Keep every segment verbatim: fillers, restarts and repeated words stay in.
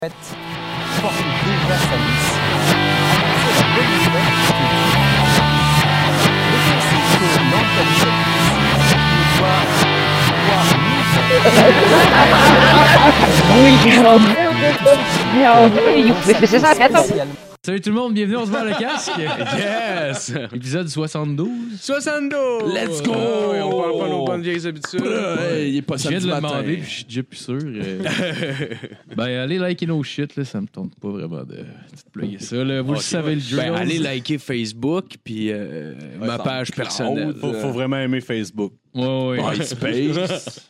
Porte déjà sa mission. Annoncer la bonne nouvelle que le principe que l'antenne ne doit Mais c'est ça, attends. Salut tout le monde, bienvenue, on se voit le casque. Yes! Épisode soixante-douze. soixante-douze! Let's go! Ah oui, on parle pas nos bonnes vieilles habitudes. Ouais, il est pas Je viens de samedi le matin. demander, puis je suis déjà plus sûr. euh. ben, allez liker nos shit, là, ça me tente pas vraiment de, de te plugger ça. Là. Vous Ok, le savez, le drill. Ben, allez liker Facebook puis euh, Ouais, ma ça page me personnelle. Faut, faut vraiment aimer Facebook. Ouais, ouais. MySpace.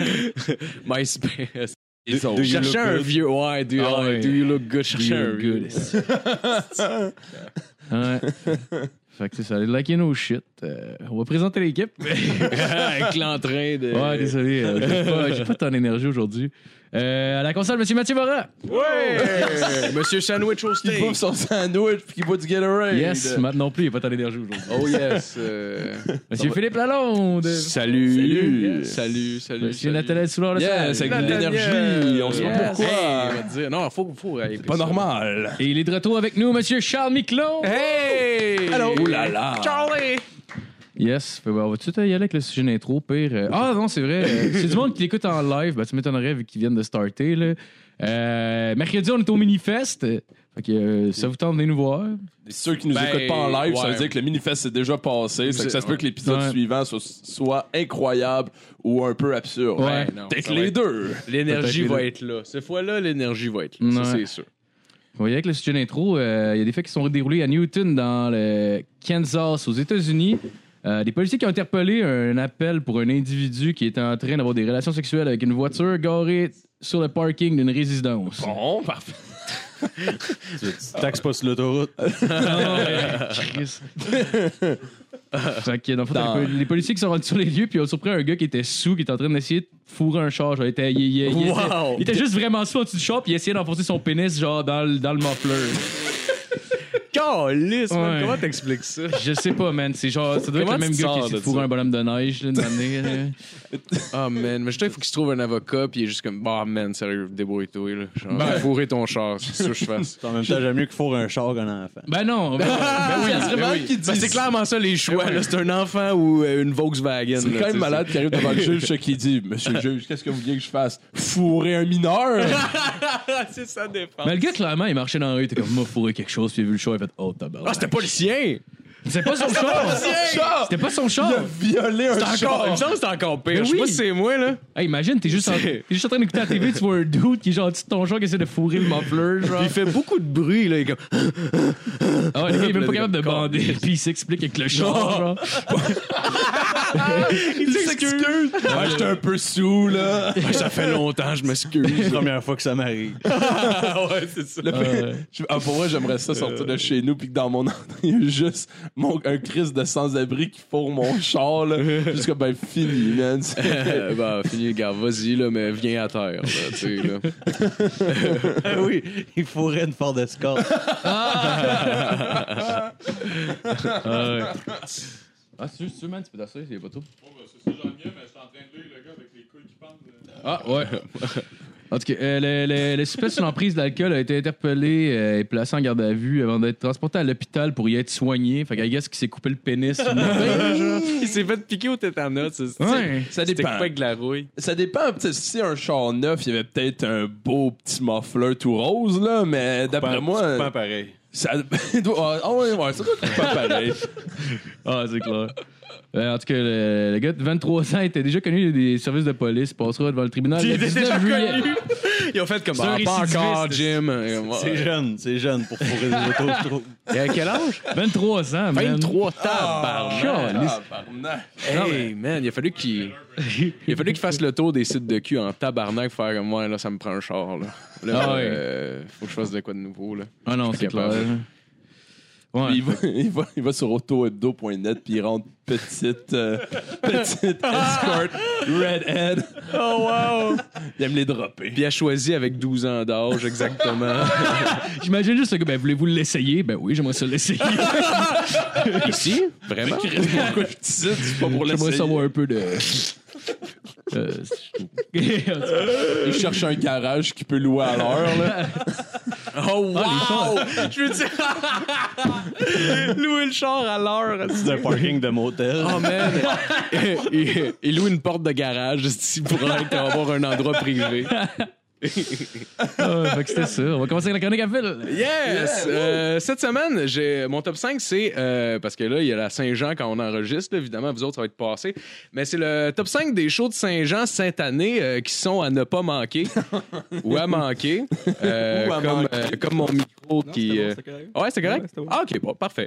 MySpace. Do- do Je you cherchais look un good? vieux. Ouais, do, Ah ouais, ouais. do you look good? Je Do cherchais you un look vieux. good? Ouais. Fait que c'est ça, allez liker nos shit. Euh, on va présenter l'équipe. Avec l'entrain de. Ouais, désolé, euh, j'ai pas, j'ai pas ton énergie aujourd'hui. Euh, à la console, Monsieur Mathieu Morin. Ouais! Monsieur Sandwich au Qui steak. bouffe son sandwich puis qui boit du Gatorade. Yes, Matt non plus, il a pas ton énergie aujourd'hui. Oh yes. euh, Monsieur Philippe Lalonde. Salut. Salut. Salut, salut. Monsieur salut. Nathalie Soulard le Yes, avec de Nathaniel. l'énergie. On sait Yes. pas pourquoi. Hey, on va te dire. Non, faut, faut hyper Pas ça. normal. Et il est de retour avec nous, Monsieur Charles Miclot. Hey! Allô? Ouh là là. Charlie! Yes, fait, ben, on va tout de suite y aller avec le sujet d'intro, pire. euh, Ah non, c'est vrai. euh, c'est du monde qui l'écoute en live. Ben, tu m'étonnerais vu qu'ils viennent de starter. Là. Euh, mercredi, on est au Minifest. Fait que euh, ça vous tente de venir nous voir. Ceux qui nous Ben, écoutent pas en live, ça ouais. veut dire que le mini-fest est déjà passé. Ça, que ça se peut que l'épisode Ouais. suivant soit, soit incroyable ou un peu absurde. Ouais. non, Peut-être ça va les être- deux. L'énergie Peut-être va les être là. Cette fois-là, l'énergie va être là. Ouais. Ça, c'est sûr. On va y aller avec le sujet d'intro. Euh, Il y a des faits qui sont déroulés à Newton, dans le Kansas, aux États-Unis. Euh, des policiers qui ont interpellé un appel pour un individu qui était en train d'avoir des relations sexuelles avec une voiture garée sur le parking d'une résidence. Bon, parfait. Tu taxes pas sur l'autoroute. Chris. Fait que, dans le fond, Dans- les, les policiers qui sont rendus sur les lieux puis ils ont surpris un gars qui était sous, qui était en train d'essayer de fourrer un char. Genre, il, était, il, il- il- il Wow! était, il était juste vraiment sous au-dessus du char puis il essayait d'enfoncer son pénis genre dans le, dans le muffler. Calisse, man. Ouais. Comment t'expliques ça? Je sais pas, man. C'est genre, ça doit être Comment le même tu gars qui sors essaie de de fourrer ça? un bonhomme de neige là, une année. là. Ah, man. Mais je sais qu'il faut qu'il se trouve un avocat, puis il est juste comme, bah, man, sérieux, débrouille-toi, là. Genre, Ben. fourrer ton char, c'est ça que je fasse. En même temps, j'aime mieux qu'il faut un char qu'un enfant. Ben non. Ben, ben oui, Ça serait Ben mal oui. qu'ils Ben, disent- c'est clairement ça, les choix, Ben oui. là. C'est un enfant ou euh, une Volkswagen. C'est là, quand tu même sais, malade qui arrive devant le juge ça, qui dit Monsieur le juge, qu'est-ce que vous voulez que je fasse? Fourrer un mineur? c'est ça défense. ben, le gars, clairement, il marchait dans la rue, il était comme, m'a fourré quelque chose, puis il a vu le char, il a fait, oh, tabarnak. Ah, c'était pas le sien! C'était pas son char. Char! C'était pas son char. Il a violé un C'est encore, char! il me semble que c'est encore pire. Ben Je sais pas oui. si c'est moi, là. Hey, imagine, t'es juste, en, C'est- t'es juste en train d'écouter la T V, tu vois un dude qui est genre en dessous de ton char qui essaie de fourrer le muffler, genre. Puis il fait beaucoup de bruit, là. Il est comme, Ah ouais, le gars, il est même pas Le capable de gars, bander, puis il s'explique avec le char, genre. Il s'excuse! Ah, j'étais un peu sous, là. Ah, ça fait longtemps, je m'excuse. C'est la première fois que ça m'arrive. ouais, c'est ça. Le pire- je- ah, pour moi, j'aimerais ça sortir de chez nous puis que dans mon entrée, il y a juste mon, un Christ de sans-abri qui fourre mon char, là. Jusqu'à ben fini, man. Euh, bah, fini, gars, vas-y, là, mais viens à terre, là, tu sais, là. Ah oui, il faudrait une Ford Escort. Ah ouais. Ah, c'est juste, man, tu peux t'asseoir, il y a pas tout. Ah, ouais. En tout cas, euh, le, le, le suspect sur l'emprise d'alcool a été interpellé euh, et placé en garde à vue avant d'être transporté à l'hôpital pour y être soigné. Fait qu'à guess qu'il s'est coupé le pénis. sur le matin, genre. Il s'est fait piquer au tétanos. Ça, Ouais. Ça C'était dépend. pas avec de la rouille. Ça dépend. peut-être, Si un char neuf, il y avait peut-être un beau petit muffler tout rose, là, mais d'après Pas- moi. Pas pareil. Ça doit. Ah ouais, ouais, ça doit être pas pareil. Ah, c'est clair. Euh, en tout cas, le, le gars de vingt-trois ans était déjà connu des services de police. Il passera devant le tribunal Il le était dix-neuf déjà juillet. connu. Ils ont fait comme C'est un bah, pas récidiviste. encore, Jim. Euh, ouais. C'est jeune, c'est jeune pour fourrer des autos, je trouve. Il a quel âge? vingt-trois ans, man. vingt-trois tabarnak. Calisse. Tabarnak. Hey, man, il a fallu qu'il il a fallu qu'il fasse le tour des sites de cul en tabarnak pour faire comme moi, là, ça me prend un char, là. Là, Ah ouais. euh, faut que je fasse de quoi de nouveau, là. Ah non, Je c'est suis capable. clair. Ouais. Puis il, va, il, va, il va sur autohebdo point net puis il rentre petite, euh, petite escort redhead. Oh, wow! Il aime les dropper. Puis il a choisi avec douze ans d'âge, exactement. J'imagine juste ce gars, ben voulez-vous l'essayer? Ben oui, j'aimerais ça l'essayer. Ici? Vraiment? Pourquoi je dis ça? C'est pas pour J'aimerais l'essayer. savoir un peu de. Euh, Il cherche un garage qui peut louer à l'heure, là. Oh, wow! Je veux dire... louer le char à l'heure. C'est un parking de motel. Oh, man! il, il loue une porte de garage ici pour être- avoir un endroit privé. ah, fait que c'était ça. On va commencer avec la chronique à fil. Yes! Euh, cette semaine, j'ai mon top cinq, c'est... euh, parce que là, il y a la Saint-Jean quand on enregistre. Là, évidemment, vous autres, ça va être passé. Mais c'est le top cinq des shows de Saint-Jean cette année euh, qui sont à ne pas manquer ou à manquer. Euh, Ou à comme, manquer. euh, comme mon micro qui... euh, Ouais, c'est correct? Ouais, c'était bon. Ah, OK, bon, parfait.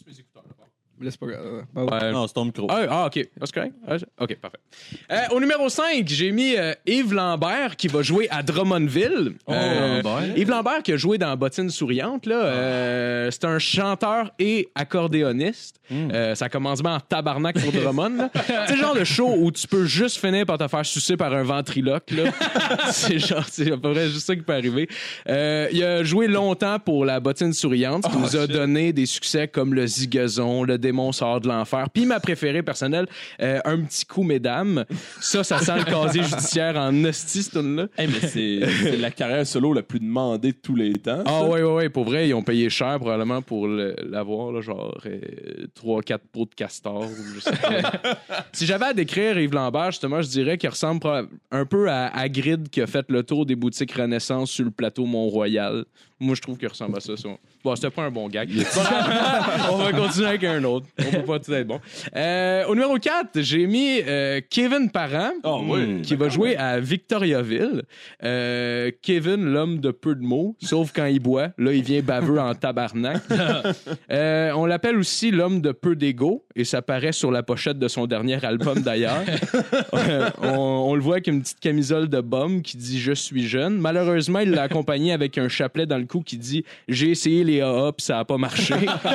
Là, c'est pas grave. Ah, Ouais. Non, c'est ton micro. Ah, ah, OK. Ah, c'est correct? Ah, je- OK, parfait. Euh, au numéro cinq, j'ai mis euh, Yves Lambert qui va jouer à Drummondville. Euh, Lambert. Yves Lambert qui a joué dans Bottine souriante. Là, euh, c'est un chanteur et accordéoniste. Euh, ça commence bien en tabarnak pour Drummond. là. C'est le genre de show où tu peux juste finir par te faire sucer par un ventriloque. Là. c'est genre, c'est à peu près juste ça qui peut arriver. Euh, il a joué longtemps pour la Bottine souriante, ce qui nous a donné des succès comme le Zigazon, le Démon sort de l'enfer. Puis ma préférée personnelle, euh, Un petit coup, mesdames. Ça, ça sent le casier judiciaire en hostie, cette tune-là. Hey, mais c'est c'est la carrière solo la plus demandée de tous les temps. Ah ça. ouais, ouais, ouais, pour vrai, ils ont payé cher probablement pour le- l'avoir, là, genre trois quatre pots de castor ou je sais pas. Si j'avais à décrire Yves Lambert, justement, je dirais qu'il ressemble proba- un peu à Hagrid qui a fait le tour des boutiques Renaissance sur le plateau Mont-Royal. Moi, je trouve qu'il ressemble à ça. ça. Bon, c'était pas un bon gag. On va continuer avec un autre. On peut pas tout être bon. Euh, au numéro quatre, j'ai mis euh, Kevin Parent, Oh, oui. qui va jouer à Victoriaville. Euh, Kevin, l'homme de peu de mots, sauf quand il boit. Là, il vient baveux en tabarnak. Euh, on l'appelle aussi l'homme de peu d'ego, et ça paraît sur la pochette de son dernier album, d'ailleurs. Euh, on, on le voit avec une petite camisole de bum qui dit « Je suis jeune ». Malheureusement, il l'a accompagné avec un chapelet dans le cou qui dit « J'ai essayé les A A, puis ça a pas marché ».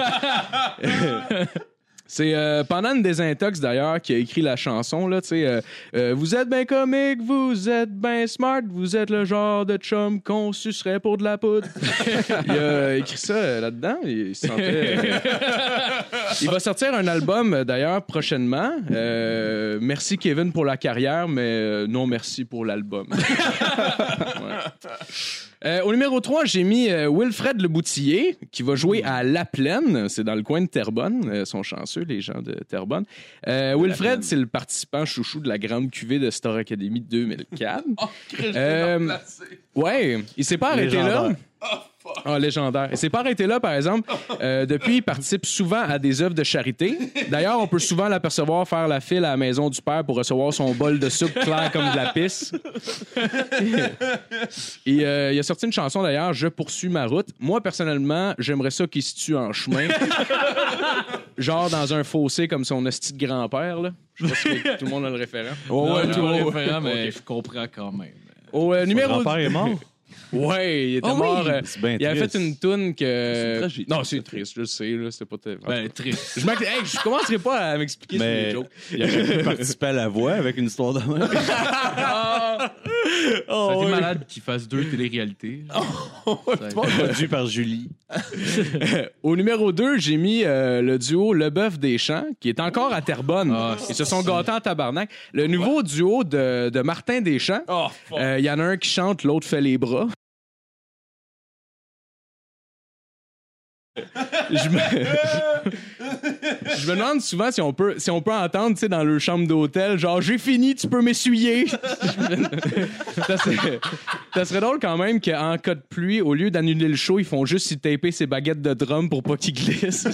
C'est euh, pendant une désintox, d'ailleurs, qui a écrit la chanson, là, tu sais, euh, euh, vous êtes bien comique, vous êtes bien smart, vous êtes le genre de chum qu'on sucerait pour de la poudre. Il a écrit ça euh, là-dedans, il se sentait... euh, Il va sortir un album, euh, d'ailleurs, prochainement. Euh, merci, Kevin, pour la carrière, mais euh, non merci pour l'album. Ouais. Euh, au numéro trois, j'ai mis euh, Wilfred Le Boutillier, qui va jouer à La Plaine. C'est dans le coin de Terrebonne. Euh, ils sont chanceux, les gens de Terrebonne. Euh, Wilfred, c'est le participant chouchou de la grande cuvée de Star Academy deux mille quatre. Oh, Christ, Euh, Ouais, il s'est pas arrêté là. Légendaire. Ah, légendaire. Il s'est pas arrêté là, par exemple. Euh, depuis, il participe souvent à des œuvres de charité. D'ailleurs, on peut souvent l'apercevoir faire la file à la maison du père pour recevoir son bol de soupe clair comme de la pisse. Et euh, il a sorti une chanson, d'ailleurs, « Je poursuis ma route ». Moi, personnellement, j'aimerais ça qu'il se tue en chemin. Genre dans un fossé comme son hostie de grand-père, là. Je sais pas si tout le monde a le référent. Oh, Non, ouais, tout ouais, le ouais. référent, mais je comprends quand même. Au euh, Son numéro... grand-père est mort. Ouais, il était Oh oui! mort. euh, C'est bien il avait triste. fait une toune que. C'est tragique. Non, c'est triste, je le sais, là. C'était pas très. Ben, triste. Je, m'ac- hey, je commencerai pas à m'expliquer sur les Mais jokes. il aurait pu participer à La Voix avec une histoire de même. Ça a été malade qu'il fasse deux téléréalités. Produit par Julie. Au numéro deux, j'ai mis euh, le duo Le Bœuf Deschamps, qui est encore à Terrebonne. Ah, Ils se sont gâtés en tabarnak. Le nouveau duo de, de Martin Deschamps. Oh, fuck. Euh, Il y en a un qui chante, l'autre fait les bras. Je me... je me demande souvent si on peut, si on peut entendre, tu sais, dans leur chambre d'hôtel, genre, j'ai fini, tu peux m'essuyer. ça, serait, ça serait drôle quand même qu'en cas de pluie, au lieu d'annuler le show, ils font juste s'y taper ses baguettes de drum pour pas qu'il glisse.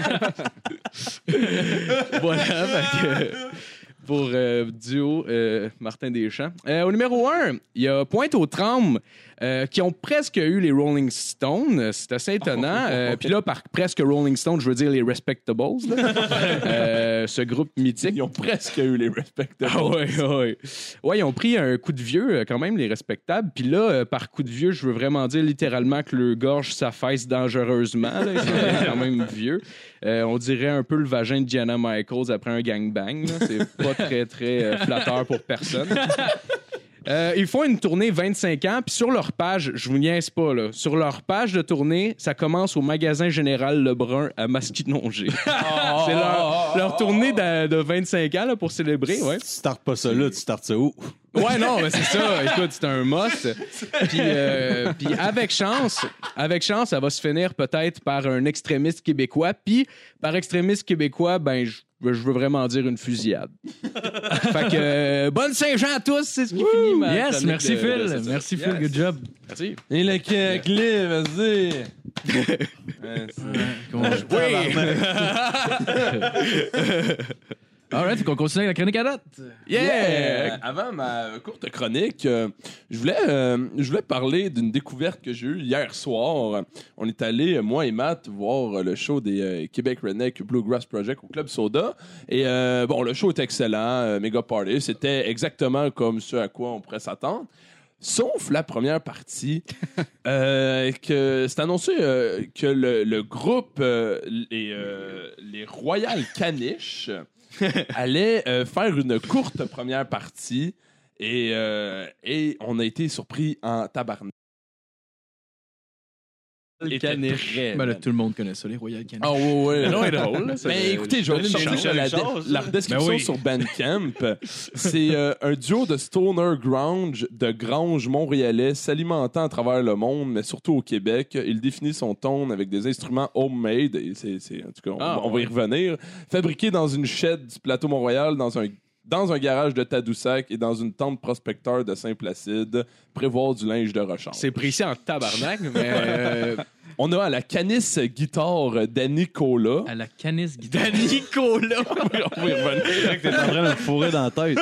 Voilà, fait que, pour euh, duo euh, Martin Deschamps. Euh, au numéro un, il y a Pointe-aux-Trembles euh, qui ont presque eu les Rolling Stones. C'est assez étonnant. Euh, Puis là, par presque Rolling Stones, je veux dire les Respectables. là. Euh, ce groupe mythique. Ils ont presque eu les respectables. Ah ouais, ouais. Ouais, ils ont pris un coup de vieux, euh, quand même, les respectables. Puis là, euh, par coup de vieux, je veux vraiment dire littéralement que leur gorge s'affaisse dangereusement. Là. Ils sont quand même vieux. Euh, on dirait un peu le vagin de Gianna Michaels après un gangbang. là. C'est pas très, très euh, flatteur pour personne. Euh, ils font une tournée vingt-cinq ans, puis sur leur page, je vous niaise pas, là, sur leur page de tournée, ça commence au magasin Général Lebrun à Masquinongé. C'est leur, leur tournée de, de vingt-cinq ans là, pour célébrer, ouais. Tu startes pas ça là, tu startes ça où? Ouais, non, mais c'est ça. Écoute, c'est un must. Puis, euh, puis avec chance, avec chance, ça va se finir peut-être par un extrémiste québécois. Puis par extrémiste québécois, ben je je veux vraiment dire une fusillade. Fait que euh, bonne Saint-Jean à tous, c'est ce qui finit ma Yes, chronique merci de- Phil. de- de- Merci Yes. Phil, good job. Merci. Et le clé, vas-y. Ouais, c'est- Alright, fait qu'on continue avec la chronique à date. Yeah! Yeah! Avant ma courte chronique, euh, je voulais, euh, je voulais parler d'une découverte que j'ai eue hier soir. On est allé, moi et Matt, voir le show des euh, Québec Redneck Bluegrass Project au Club Soda. Et euh, bon, le show était excellent, euh, méga party. C'était exactement comme ce à quoi on pourrait s'attendre. Sauf la première partie, euh, que c'est annoncé euh, que le, le groupe, euh, les, euh, les Royal Caniches, allait euh, faire une courte première partie et, euh, et on a été surpris en tabarnak. Le Était caniche. très Ben là, belle. tout le monde connaît ça, les Royal Caniches. Ah ouais, ouais. Non, est drôle. là. Mais C'est- écoutez, je vais aller Charles- chercher la, Charles- la description Ben oui. sur Bandcamp. C'est euh, un duo de stoner grunge de grange montréalais s'alimentant à travers le monde, mais surtout au Québec. Il définit son tone avec des instruments homemade. Et c'est, c'est- en tout cas, on, Ah, on va y revenir. Fabriqués dans une shed du plateau Mont-Royal, dans un dans un garage de Tadoussac et dans une tente prospecteur de Saint-Placide, prévoir du linge de rechange. C'est précis en tabarnak, mais euh, On a à la Canis guitare Danny Cola. À la Canis guitare. Nicolas. On va y revenir. T'es en train de me fourrer dans la tête.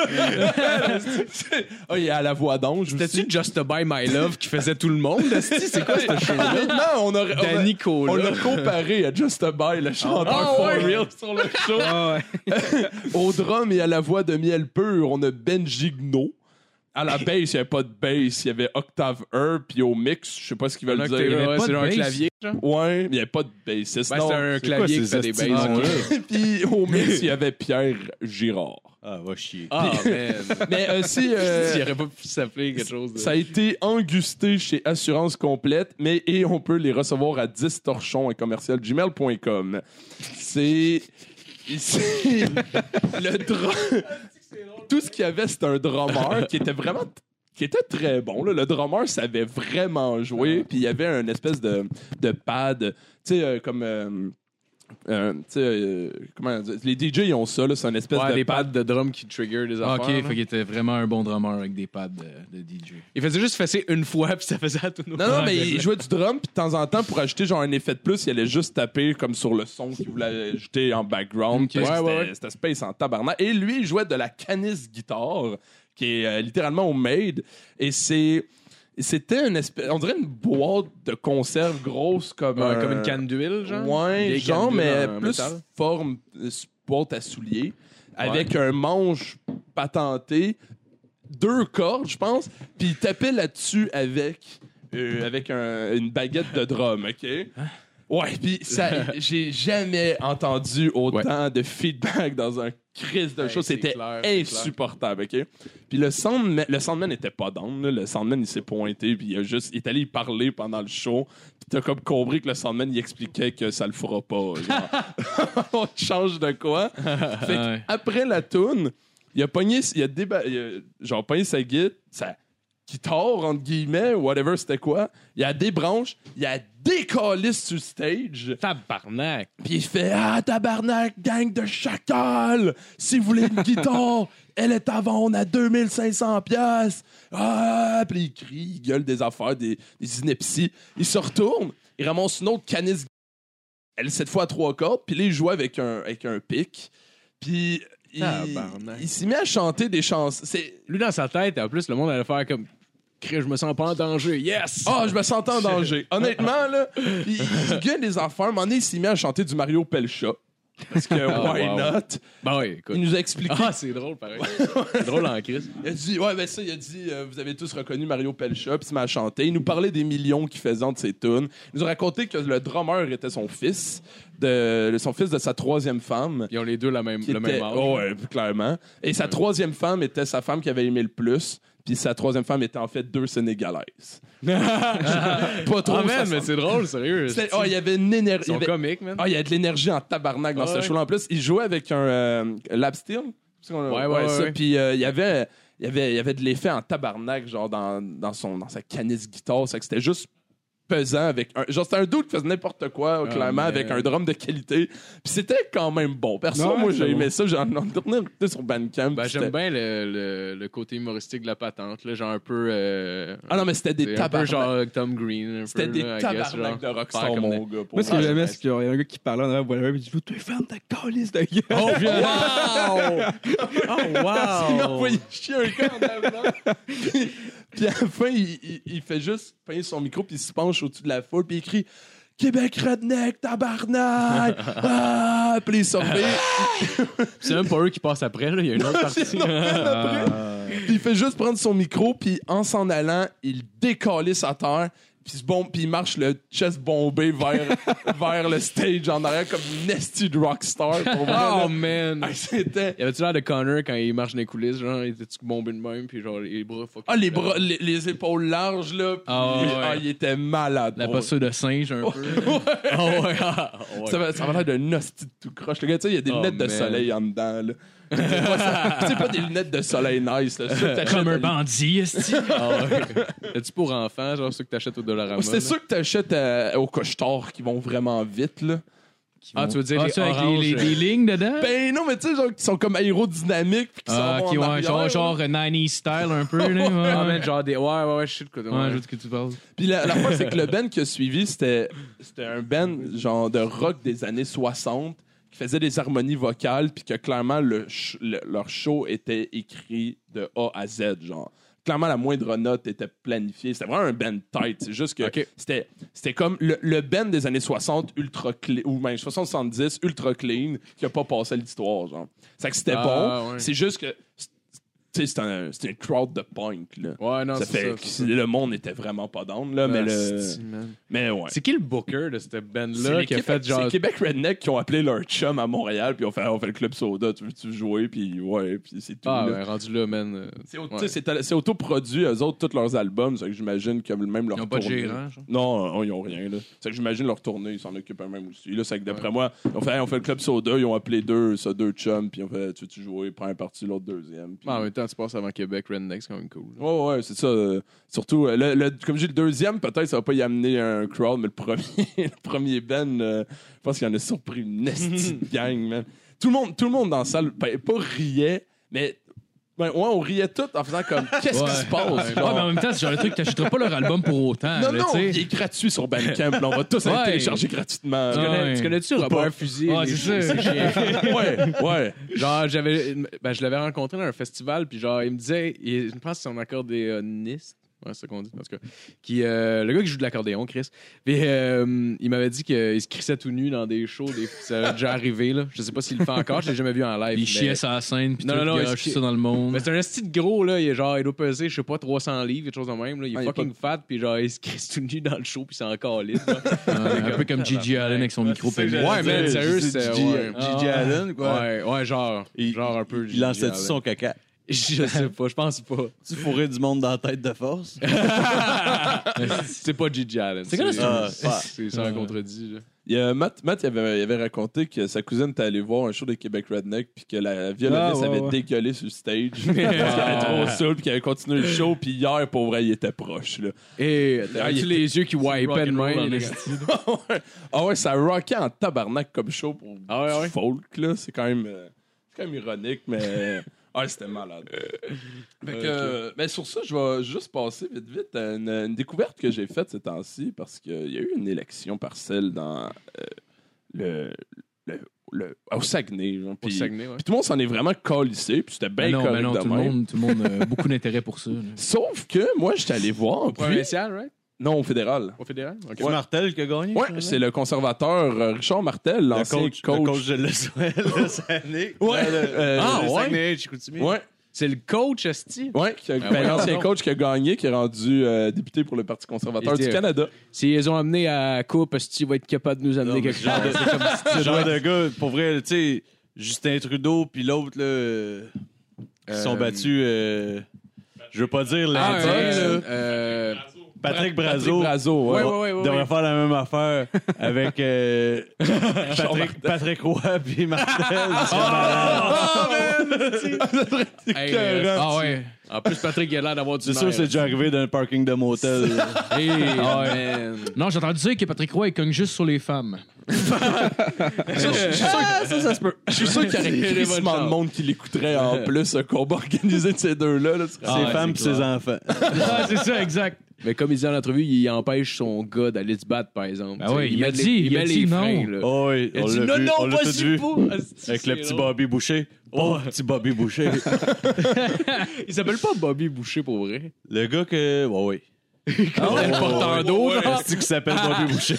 Ah, il y a à la voix d'ange aussi. C'était-tu Just to Buy My Love qui faisait tout le monde? esti? C'est quoi ce show-là? Honnêtement, on aurait, on a- Danny Cola. on l'a comparé à Just a Buy, le chanteur Ah, for ouais. real sur le show. Ah ouais. Au drum et à la voix de miel pur, on a Benji Gno. À la bass, il n'y avait pas de bass, il y avait Octave un, puis au mix, je sais pas ce qu'ils veulent Ouais, dire. avait pas c'est de un bass. clavier, genre. Ouais, mais il n'y avait pas de bassiste. Ben, non. c'est un C'est clavier quoi qui fait des ces basses. estis-là? Puis au mix, il y avait Pierre Girard. Ah, va chier. Ah, man. Mais aussi, euh, Il aurait pas pu s'appeler quelque chose de... ça a été engusté chez Assurance Complète, mais et on peut les recevoir à dix torchons à commercial gmail point com. C'est. c'est le drum. Tout ce qu'il y avait, c'était un drummer qui était vraiment. Qui était très bon. Là. Le drummer savait vraiment jouer, puis il y avait une espèce de, de pad, tu sais, euh, comme. Euh, euh, tu sais, euh, comment dire, les D J ils ont ça, là, c'est une espèce Ouais, de des pad. pads de drum qui trigger des Ah, affaires. ok, là. fait qu'il était vraiment un bon drummer avec des pads de, de D J. Il faisait juste fesser une fois, puis ça faisait à tout nos Non, non, mais Ouais, il jouait du drum, puis de temps en temps, pour ajouter genre un effet de plus, il allait juste taper comme sur le son qu'il voulait ajouter en background. Ok. Parce que Ouais, c'était, ouais, ouais. c'était space en tabarnak. Et lui, il jouait de la Canis guitare, qui est euh, littéralement homemade. Et c'est. C'était une espèce. On dirait une boîte de conserve grosse comme. Ouais, un- comme une canne d'huile, genre. Ouais, Vieille genre, canne mais d'huile en plus métal. forme euh, boîte à souliers, avec un manche patenté, deux cordes, je pense, puis il tapait là-dessus avec, euh, avec un- une baguette de drum, OK? Ouais, puis ça, j'ai jamais entendu autant de feedback dans un crise de Hey, show. c'est C'était clair, c'est insupportable, OK? Puis le soundman, le soundman n'était pas down, là. Le soundman, il s'est pointé, puis il a juste, il est allé y parler pendant le show. Puis t'as comme compris que le soundman, il expliquait que ça le fera pas. Genre, on change de quoi? Fait que Ouais. après la toune, il a pogné, il a, déba- il a genre pogné sa guitare, sa guitare, entre guillemets, whatever c'était quoi. Il a des branches, il a des calices sur stage. Tabarnak. Puis il fait « Ah, tabarnak, gang de chacal! Si vous voulez une guitare, elle est à vendre à deux mille cinq cents piastres! Ah! » Puis il crie, il gueule des affaires, des, des inepties. Il se retourne, il ramasse une autre canisse. Elle, cette fois à trois cordes, puis là, il jouait avec un, avec un pic. Puis il, Tabarnak. il s'est mis à chanter des chansons. C'est... Lui, dans sa tête, en plus, le monde allait faire comme... Crée, je me sens pas en danger. Yes! Ah, je me sentais en danger. Honnêtement, là, il, il gueule des affaires. À un moment donné, il s'est mis à chanter du Mario Pelcha. Parce que, Ah, why wow. not? Ben oui, écoute. Il nous a expliqué. Ah, c'est drôle, pareil. C'est drôle en crise. Il a dit, ouais, ben ça, il a dit, euh, vous avez tous reconnu Mario Pelcha, puis il m'a chanté. Il nous parlait des millions qu'il faisait de ses tunes. Il nous a raconté que le drummer était son fils, de, son fils de sa troisième femme. Ils ont les deux la même, Qui le était, même âge. oh, ouais, clairement. Et sa troisième femme était sa femme qui avait aimé le plus. Puis sa troisième femme était en fait deux Sénégalaises. Pas trop. Ah, man, ça mais sent- c'est drôle, sérieux. C'était- oh, il y avait une énergie. Ils sont il y avait- comiques, man. Ah, il y a de l'énergie en tabarnak dans Ah, ce ouais. show-là. En plus, il jouait avec un euh, lap steel. Ouais, Ouais, ouais, ça. ouais. Puis euh, il y avait, il y avait, il y avait de l'effet en tabarnak, genre dans, dans son, dans sa canisse guitare. C'est que c'était juste pesant avec un, genre c'était un dude qui faisait n'importe quoi, clairement, man. avec un drum de qualité. Puis c'était quand même bon. Perso, Ouais, moi, c'est j'ai bon. aimé ça. J'en ai retourné écouter sur Bandcamp. Ben, puis j'aime c'était- bien le, le, le côté humoristique de la patente, là, genre un peu. Euh, Ah non, mais c'était des c'est un peu tabarnak. genre Tom Green. un C'était peu, des là, I guess, tabarnak genre. de rockstar, Faire comme mon des- gars. pour Moi, ce que vrai. j'aimais, c'est qu'il y a un gars qui parlait en arrière, voilà, il dit « Tu fermes ta calice de gueule! » Oh, Wow! Oh, Il m'a wow! envoyé chier un gars en avant. puis, puis à la fin, il, il- il fait juste peindre son micro, puis il se penche au-dessus de la foule, puis il crie Québec redneck, tabarnak! Ah! Puis il sort C'est même pas eux qui passent après, là. Il y a une autre partie. Puis il fait juste prendre son micro, puis en s'en allant, il décalisse à terre, puis il, se bombe, puis il marche le chest bombé vers, vers le stage en arrière comme une nesty de rockstar. Pour vrai, là. Oh, man! Ah, c'était... Y avait-tu l'air de Connor quand il marche dans les coulisses, genre, il était-tu bombé de même, puis genre, les bras fuck. Ah, les bras, les, les épaules larges, là. Puis, Ah, ouais. ah, il était malade. La pour posture de singe, un peu. Oh, ouais! ah, ouais. Ça va, ça va l'air d'un hostie de tout croche. Le gars, tu sais, il y a des Oh, lunettes de man. soleil en dedans, là. C'est pas, ça- c'est pas des lunettes de soleil nice, là. C'est ça que t'achètes Comme un à- bandit, esti. Ah, ouais. Est-tu pour enfants, genre ceux que t'achètes au Dollarama? C'est là? sûr que t'achètes euh, au Couche-Tard qui vont vraiment vite, là. Ah, tu veux dire Ah, les ça, avec oranges, les, les, les lignes dedans? Ben non, mais tu sais, genre, qui sont comme aérodynamiques puis qui Ah, s'en ok, vont en ouais, arrière, genre, là. genre nineties style un peu, là. Ouais, Ah, ouais. man, genre des. Ouais, ouais, ouais, je sais de quoi. Ouais, je vois de ce que tu parles. Puis la, la fois, c'est que le band qui a suivi, c'était, c'était un band genre de rock des années soixante qui faisait des harmonies vocales puis que clairement, le, ch- le- leur show était écrit de A à Z, genre. Clairement, la moindre note était planifiée. C'était vraiment un band tight. C'est juste que Ok. c'était, c'était comme le, le band des années soixante ultra clean, ou même soixante soixante-dix ultra clean qui a pas passé à l'histoire, genre. C'est que c'était Ah, bon. ouais. C'est juste que, tu sais, c'est un, c'est un crowd de punk, là. Ouais, non, ça c'est fait ça. que c'est le monde était vraiment pas down, là, ça. mais Ah, le... c'est- man. Mais ouais. C'est qui le booker de cette C'est band-là les qui a Québec- fait genre. c'est Québec Redneck qui ont appelé leur chum à Montréal, puis on fait, on fait le club soda, tu veux-tu jouer, puis ouais, puis c'est tout. Ah, là. ouais, rendu là, man. euh, C'est, au- ouais. tu sais, c'est, c'est autoproduit, eux autres, tous leurs albums, c'est que j'imagine qu'ils ont même leur Ils ont pas de tournée. gérant, genre. Non, non, ils ont rien, là. C'est que j'imagine leur tournée, ils s'en occupent eux-mêmes aussi. Là, c'est que d'après moi, ils ont fait, hey, on fait le club soda, ils ont appelé deux, ça, deux chums, puis on fait, tu veux-tu jouer, première partie, l'autre deuxième. Puis... Ah, en même temps, tu passes avant Québec, Redneck, c'est quand même cool. Ouais, ouais, c'est ça. euh, surtout, euh, le, le- comme j'ai le deuxième, peut-être ça va pas y amener un crowd, mais le premier, le premier Ben, euh, je pense qu'il en a surpris une nasty de gang, man. Tout le monde, tout le monde dans la salle, ben, pas riait, mais ben, ouais, on riait tout en faisant comme qu'est-ce qui se passe? Ouais, genre? mais en même temps, c'est genre le truc, t'achèteras pas leur album pour autant. non, là, non, tu sais. il est gratuit sur Bandcamp, là, on va tous aller Ouais. télécharger gratuitement. Tu là. connais- Tu Ouais. connais-tu Robert Fusil? Ouais, les- c'est ça. les chiens? Ouais, ouais. Genre, j'avais. Ben, je l'avais rencontré dans un festival, puis genre, il me disait. il- je pense que c'est son accordéoniste. Ouais, c'est ça qu'on dit, en tout cas. Qui, euh, le gars qui joue de l'accordéon, Chris. Puis, euh, il m'avait dit qu'il se crissait tout nu dans des shows. Des, ça a déjà arrivé, là. Je sais pas s'il le fait encore, je l'ai jamais vu en live. Il mais- chiait sur la scène, puis Non, tout, non, non, il il garoche chie- ça dans le monde. Mais c'est un esti de gros, là. Il est genre, il doit peser, je sais pas, trois cents livres, quelque chose de même, là. Il est Ah, il est fucking fat, puis genre, il se crisse tout nu dans le show, puis c'est encore libre. Ouais, un peu comme Gigi Allen avec son micro c'est ça que pénible. j'allais Ouais, man, dire. sérieux, C'est c'est. Gigi Ouais, Gigi Allen, quoi. Ouais, ouais, genre. Il- genre un peu. Il Gigi lançait-tu Allen. son caca? Je sais pas, je pense pas. Tu fourrais du monde dans la tête de force? C'est pas Gigi Allen. C'est quoi, c'est Ah, c'est- ah. c'est sans contredit. là. Il y a Matt, Matt il avait, il avait raconté que sa cousine était allée voir un show de Québec Redneck puis que la violoniste Ah, ouais, avait ouais. dégueulé sur le stage parce qu'elle avait trop saoul puis qu'elle avait continué le show puis hier, pour vrai, il était proche. Là. Et Ah, as-tu il les yeux qui wipaient de rock'n'roll en même? esti. Ah ouais, ça rockait en tabarnak comme show pour Ah ouais, du ouais. folk. Là. C'est, quand même, euh, c'est quand même ironique, mais ah, c'était malade. Fait que, euh, ben, sur ça, je vais juste passer vite vite à une, une découverte que j'ai faite ces temps-ci parce qu'il y a eu une élection partielle dans euh, le, le, le- au Saguenay. genre, Au puis- Saguenay, ouais. Puis tout le monde s'en est vraiment calissé, puis c'était bien Mais non, correct mais non, de tout le même. monde, tout le monde a beaucoup d'intérêt pour ça. là. Sauf que moi, j'étais allé voir. Puis... Provincial, right? Non, au fédéral. Au fédéral? Ok. C'est Martel qui a gagné? Ouais, finalement? c'est le conservateur euh, Richard Martel, le l'ancien coach, coach. le coach de le Saguenay. Ouais. Le- Euh, Ah, le ouais? Saguenay, Chicoutimi. Ouais, C'est le coach, Esti? ouais, qui a- Ah, ben, ouais, l'ancien non. coach qui a gagné, qui est rendu euh, député pour le Parti conservateur Il du était- Canada. S'ils les ont amenés à la coupe, Esti va être capable de nous amener Non, quelque mais chose. genre de- C'est comme C'est le genre de gars, pour vrai, tu sais, Justin Trudeau puis l'autre, là, euh, qui se sont Euh, battus. euh, Je veux pas dire Ah, l'indice. euh, euh, Patrick Patrick Brazo Brazo, ouais. ouais, ouais, ouais, devrait ouais. faire la même affaire avec euh, Patrick, Patrick Roy puis Martel. Hey, euh, ah ouais. En plus, Patrick, il a l'air d'avoir du C'est sûr que c'est déjà arrivé dans un parking de motel. Hey, man. Non, j'ai entendu dire que Patrick Roy, il cogne juste sur les femmes. Ça, ça se peut. Je suis sûr qu'il y aurait crissement de monde qui l'écouterait en plus, un combat organisé de ces deux-là. Là, Ses femmes et ses enfants. Ah, c'est ça, exact. Mais comme il dit dans l'entrevue, il empêche son gars d'aller se battre, par exemple. Ah ouais, T'sais, il a met dit- les, il a met dit les non. freins, là. Oh oui, Il a on dit l'a non, vu, non, on l'a pas tout si vu. beau. Avec le petit Bobby Boucher. Oh, petit Bobby Boucher. Il s'appelle pas Bobby Boucher pour vrai. Le gars que. Ouais, oui. Oh, le porteur d'eau, genre. C'est qui s'appelle Bobby Boucher.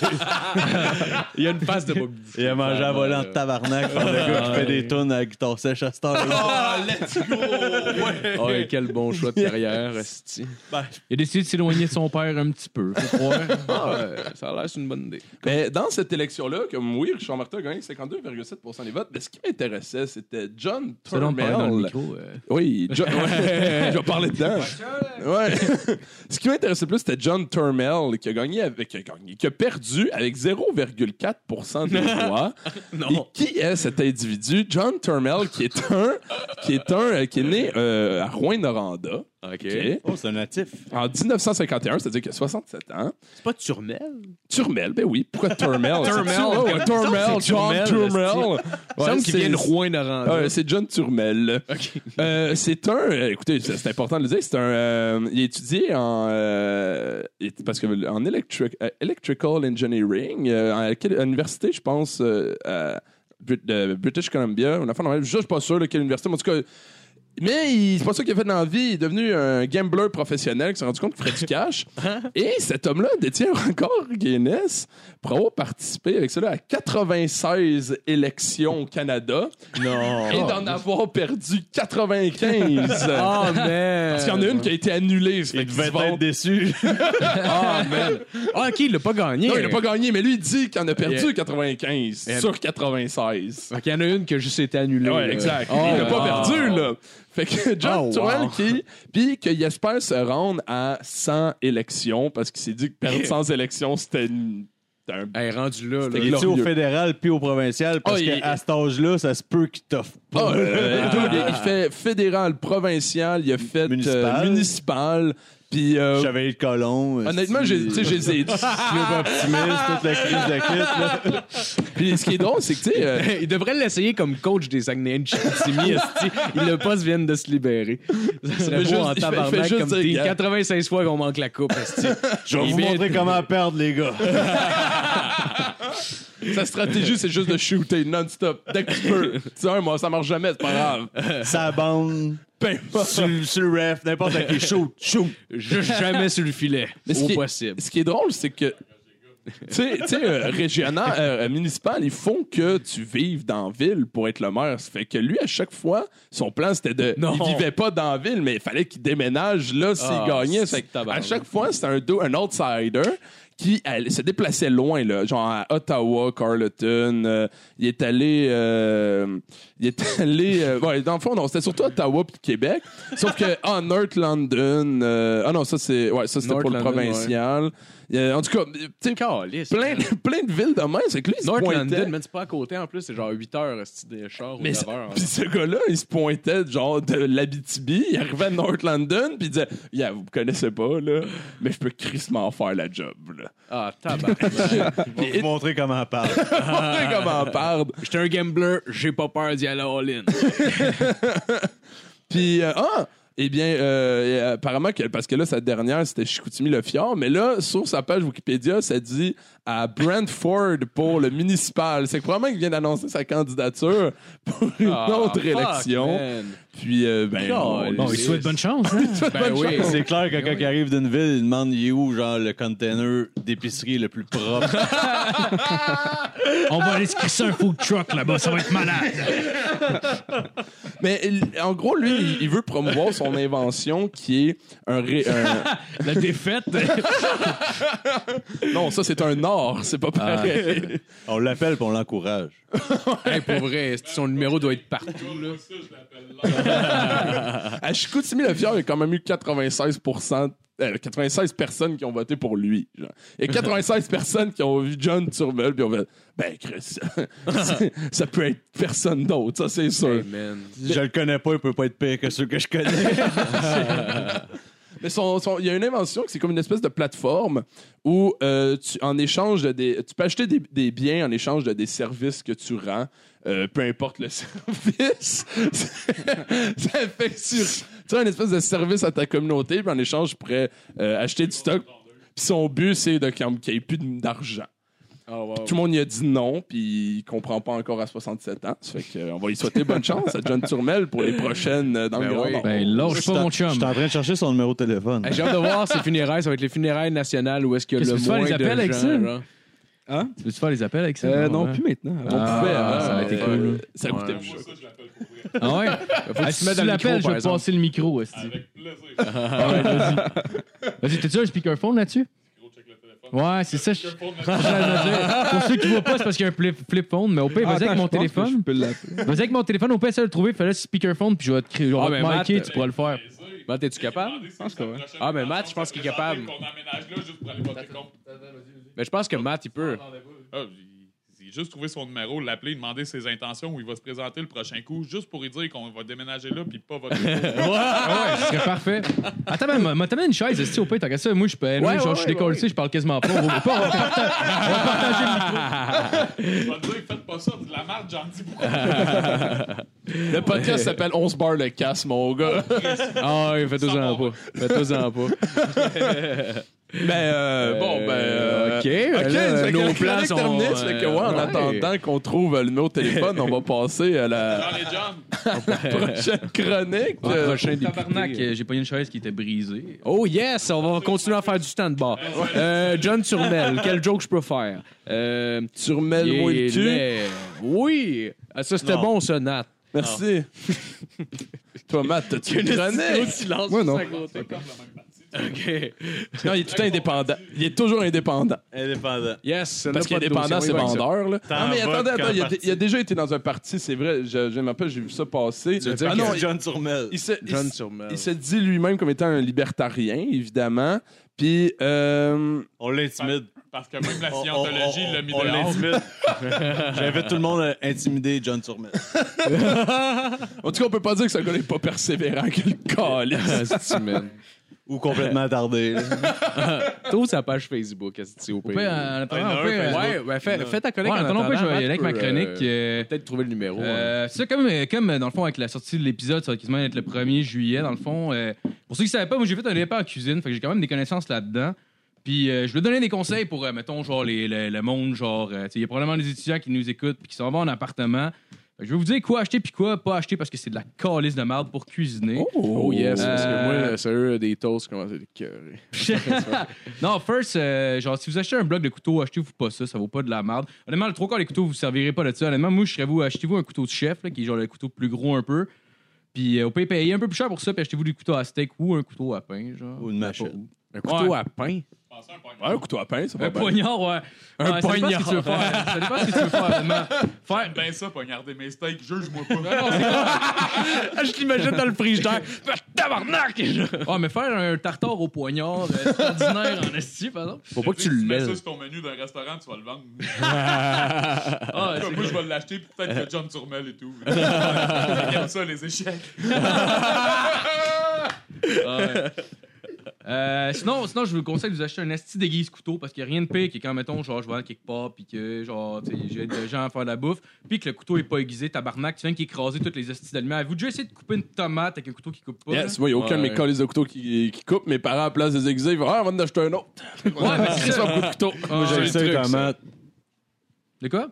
Il y a une face de Bobby Boucher. Il a mangé à volant de tabarnak par le gars qui fait des tunes à la guitare sèche à cette heure. Ah, let's go! Ouais. Oh, quel bon choix de carrière, esti. Il a décidé de s'éloigner de son père un petit peu, faut croire. Ah, ouais, ça a l'air c'est une bonne idée. Mais dans cette élection-là, comme oui, Richard Martin a gagné cinquante-deux virgule sept pour cent des votes, mais ce qui m'intéressait, c'était John C'est long de parler dans le Turmel. micro. euh. Oui, John... ouais, je vais parler dedans. Ouais. Ce qui m'intéressait plus, c'était John Turmel qui a gagné avec, qui a gagné, qui a perdu avec zéro virgule quatre pour cent des voix. Non. Et qui est cet individu? John Turmel, qui est un, qui est un, qui est né euh, à Rouyn-Noranda. OK. OK. Oh, c'est un natif. En dix-neuf cent cinquante et un, c'est-à-dire qu'il a soixante-sept ans. C'est pas Turmel? Turmel, ben oui. Pourquoi Turmel? Turmel. Oh, ouais, Turmel, C'est John Turmel, Turmel. Il Ouais, semble qu'il c'est- vient de Rouyn-Noranda. Ouais, c'est John Turmel. Euh, c'est un. euh, écoutez, c'est c'est important de le dire. C'est un. euh, il a étudié en. euh, il- parce que en electric, euh, electrical engineering euh, à quelle à l'université, je pense, euh, à Brit- de British Columbia. Une affaire normale. Je suis pas sûr de quelle université, mais en tout cas. Mais il- c'est pas ça qu'il a fait dans la vie. Il est devenu un gambler professionnel qui s'est rendu compte qu'il ferait du cash. Et cet homme-là détient un record Guinness pour avoir participé avec cela à quatre-vingt-seize élections au Canada Non. et d'en avoir perdu quatre-vingt-quinze. Oh, man. Parce qu'il y en a une qui a été annulée. ça fait Il qu'il devait se vante. être déçu. Ah, man. Ah, OK, il l'a pas gagné. Non, il n'a pas gagné, mais lui, il dit qu'il en a perdu Yeah. quatre-vingt-quinze Yeah. sur quatre-vingt-seize. Fait qu'il y en a une qui a juste été annulée. Ouais, là. exact. Oh, il n'a pas wow. perdu, là. Fait que John Oh, Turmel wow. qui. Puis qu'il espère se rendre à cent élections parce qu'il s'est dit que perdre cent élections, c'était une- c'était un. Hey, rendu là, là. C'était Il est au glorieux. fédéral puis au provincial parce Oh, il- qu'à cet âge-là, ça se peut qu'il t'offre Ah, pas. euh, dude, il fait fédéral, provincial, il a fait euh, Municipal. municipal. Puis. euh, Chevalier de colon. honnêtement, j'ai tu sais, j'ai les ai dit. Club optimiste, toute la crise de kit. Là. Puis ce qui est drôle, c'est que, tu sais. euh, Il devrait l'essayer comme coach des Saguenayens de Chicoutimi, esti. Il le poste viennent de se libérer. Ça serait fait beau juste- en il fait- tabarnak fait juste comme dire, t'es gars. quatre-vingt-seize fois qu'on manque la coupe, esti. Je vais Il vous vient- montrer comment perdre, les gars. Sa stratégie, c'est juste de shooter non-stop. Dès que tu peux. Tu sais, moi, ça marche jamais, c'est pas grave. Ça bande. Ben, Sur, sur le ref, n'importe qui. Shoot, shoot. Juste jamais sur le filet. Mais ce Au qui est- possible. Ce qui est drôle, c'est que. Tu sais, tu sais, euh, régional, euh, municipal, il faut que tu vives dans la ville pour être le maire. Ça fait que lui, à chaque fois, son plan, c'était de. Non. Il vivait pas dans la ville, mais il fallait qu'il déménage là s'il Ah, gagnait. c'est Fait que à tabarnak. chaque fois, c'était un, do- un outsider qui allait- se déplaçait loin, là, genre à Ottawa, Carleton. euh, il est allé. euh, il est allé. euh, ouais, dans le fond, non, c'était surtout Ottawa puis Québec. Sauf que, ah, North London. euh, ah non, ça, c'est. Ouais, ça, c'était North pour le London, provincial. Euh, en tout cas, tu sais, Calice. plein, plein de villes de même. C'est que lui, il se North pointait. London, mais c'est pas à côté en plus, c'est genre huit heures esti, des chars ou Mais neuf c'est- heures. puis ce gars-là, il se pointait genre de l'Abitibi, il arrivait à North London, puis il disait yeah, vous me connaissez pas, là, mais je peux crissement faire la job. Là. Ah, tabarnak. Je vais vous montrer comment parler. Montrer comment perdre. J'étais un gambler, j'ai pas peur d'y aller all-in. Puis, euh, ah, eh bien, euh, et, euh, apparemment, que, parce que là, sa dernière, c'était Chicoutimi-Le Fjord, mais là, sur sa page Wikipédia, ça dit à Brantford pour le municipal. C'est que probablement qu'il vient d'annoncer sa candidature pour une Ah, autre fuck, élection. man. Puis, euh, ben, God. on- Bon, il souhaite bonne chance. Hein? Ben oui. C'est clair que quand il arrive d'une ville, il demande il est où, genre, le container d'épicerie le plus propre. On va aller se crisser un food truck là-bas, ça va être malade. Mais il- en gros, lui, il- il veut promouvoir son son invention qui est un... Ré, un... La défaite. Non, ça, c'est un art. C'est pas pareil. Ah. On l'appelle et on l'encourage. Hey, pour vrai, son numéro doit être partout. Là. À Chicoutimi-le-Fjord, il y a quand même eu quatre-vingt-seize pour cent euh, quatre-vingt-seize personnes qui ont voté pour lui. Genre. Il y a quatre-vingt-seize personnes qui ont vu John Turmel puis ont fait ben Chris, ça peut être personne d'autre, ça c'est sûr. Hey, man. Si je le connais pas, il peut pas être pire que ceux que je connais. Mais son, son, il y a une invention qui c'est comme une espèce de plateforme où euh, tu, en échange de des, tu peux acheter des, des biens en échange de des services que tu rends, euh, peu importe le service. Ça fait que tu, tu as une espèce de service à ta communauté, puis en échange, tu pourrais euh, acheter du stock. Puis son but, c'est de, qu'il n'y ait plus d'argent. Oh, wow. Tout le monde y a dit non, puis il comprend pas encore à soixante-sept ans. Ça fait que, euh, on va lui souhaiter bonne chance à John Turmel pour les prochaines euh, dans Ben le Grand oui. Nord. Ben, lâche Je suis pas, en- mon Je chum. suis en train de chercher son numéro de téléphone. Hey, j'ai hâte de voir ses funérailles. Ça va être les funérailles nationales où est-ce qu'il y a Qu'est-ce le que tu fais, moins les appels de avec gens, ça? genre. Hein? Tu veux-tu faire les appels avec ça? Euh, Non, non, ouais. plus maintenant. On Ah, pouvait, hein, ça aurait été euh, cool. Ça coûtait Ouais. plus cher. Ah ouais? Faut que Ah, tu si te mettes tu dans le l'appelles, micro, je par vais te exemple. passer le micro. esti. Avec plaisir. Ah ouais, vas-y. Vas-y, t'as-tu un speakerphone là-dessus? Gros, check le téléphone. Ouais, c'est ça. je- Speakerphone, je viens de le dire. Pour ceux qui voient pas, c'est parce qu'il y a un flip, flip phone, mais au pire, Ah, vas-y attends, avec mon je pense que téléphone. je peux l'appeler. Vas-y avec mon téléphone, au pire, essaie de le trouver, fais-le sur speakerphone, puis je vais te créer, je vais Ah, te ben, marquer, Matt, tu pourras le faire. Matt, es-tu capable? Je pense que oui. Ah, ben Matt, je pense qu'il est capable. Qu'on emménage là juste pour aller voter contre. Mais je pense que Matt, il peut. Ah, il- il a juste trouvé son numéro, l'appeler, demander ses intentions où il va se présenter le prochain coup, juste pour lui dire qu'on va déménager là puis pas voter. Ah ouais, ce serait parfait. Attends, mais m'a t'amené une chaise, esti, au pire, t'as qu'à ça. Moi, je peux. Moi, Ouais, genre, ouais, je suis ouais, décollé, ouais. je parle quasiment pas. On va, pas- on va parta- on va partager le micro. Je vais te dire, faites pas ça, de la merde, j'en dis beaucoup. Le podcast s'appelle On se barre le casse, mon gars. Ah, oui, fais-toi-en pas. Fais-toi-en pas. Ben, euh, bon, ben. euh, OK, OK, là, ça fait que nos la plans chronique sont... terminée, ça fait que, ouais, en ouais. attendant qu'on trouve euh, le numéro de téléphone, on va passer à la Dans les jambs. prochaine chronique. Ouais, Euh, prochain tabarnak, euh, j'ai pas eu une chaise qui était brisée. Oh yes, on va continuer à faire du stand-bar. Euh, John Turmel, quel joke je peux faire? Euh, Turmel-moi le il cul. est- Oui! Ah, ça, c'était Non. bon, ça, Nat. Merci. Toi, Matt, t'as-tu une chronique? Moi, non. OK. Non, il est tout le temps indépendant. Il est toujours indépendant. Indépendant. Yes, ça Parce n'a pas de qu'indépendant, dossier, c'est on y va avec ça. vendeur. Là. T'en Non, mais votes attendez, attends, qu'en il a, partie. il a déjà été dans un parti, c'est vrai. Je, je m'appelle, j'ai vu ça passer. veux dire Ah que non, C'est John Turmel. il, se, il, John se- Turmel. il se dit lui-même comme étant un libertarien, évidemment. Puis, euh, On l'intimide. Parce que même la On- scientologie on- l'a mis on dehors. l'intimide. J'invite tout le monde à intimider John Turmel. en tout cas, on peut pas dire que ce gars n'est pas persévérant que le calice. Ah, c'est-tu, man. Ou complètement attardé. là. Trouve sa page Facebook, est-ce au Au pire. pire, en attendant, Ah, on peut. il y en a un, euh, Ouais, ben fais, fais ta Ouais, chronique en en attendant, on peut, je vais y aller avec ma Matt chronique. peut, euh, euh, Peut-être trouver le numéro. hein. Euh, c'est ça, comme, comme dans le fond, avec la sortie de l'épisode, ça va quasiment être le premier juillet, dans le fond. Euh, pour ceux qui ne savaient pas, moi, j'ai fait un départ en cuisine, fait que j'ai quand même des connaissances là-dedans. Puis euh, je voulais donner des conseils pour, euh, mettons, genre, les, le, le monde, genre, euh, tu sais, il y a probablement des étudiants qui nous écoutent puis qui s'en vont en appartement. Fait que je vais vous dire quoi acheter puis quoi pas acheter parce que c'est de la calice de merde pour cuisiner. Oh yes, parce que Euh, moi, sérieux, des toasts, comment c'est écœuré. Non, first, euh, genre, si vous achetez un bloc de couteau, achetez-vous pas ça, ça vaut pas de la merde. Honnêtement, le trois quarts des couteaux, vous servirez pas de ça. Honnêtement, moi, je serais vous, achetez-vous un couteau de chef, là, qui est genre le couteau plus gros un peu. Puis, euh, vous pouvez payer un peu plus cher pour ça, puis achetez-vous des couteaux à steak ou un couteau à pain, genre. Ou une machette. Un couteau Ouais. à pain. Pensez à un poignard. Ouais, un couteau à pain, ça va Un bien. poignard, ouais. Un Ouais, ça dépend poignard. ce que tu veux faire. Ça dépend ce que tu veux faire, honnêtement. Faire. J'aime bien ça, poignarder mes steaks, juge-moi pas. Ah, je l'imagine dans le frigidaire. Tabarnak! Ah, mais faire un tartare au poignard, euh, c'est ordinaire en esti, par exemple. Faut pas que tu Tu le mets ça lèves. sur ton menu d'un restaurant, tu vas le vendre. Ah, Comme c'est moi, je vais l'acheter, puis peut-être que John Turmel et tout. J'aime ça, les échecs. Ouais. Euh, sinon, sinon, je vous conseille de vous acheter un esti déguise couteau parce qu'il n'y a rien de pire que quand, mettons, genre, je vais aller quelque part puis que, genre, tu sais, j'ai des gens à faire de la bouffe puis que le couteau est pas aiguisé, tabarnak, tu viens qu'il écraser toutes les estis d'aliments. Avez-vous déjà essayé de couper une tomate avec un couteau qui coupe pas? Yes, moi, il n'y a aucun de mes Ouais. calices de couteau qui, qui coupe. Mes parents, à place des aiguisés, ils vont Ah, on va en acheter un autre. Ouais, mais c'est ça. un coup de couteau. Moi, Ah, j'ai ça, les truc, ça. tomates. De quoi?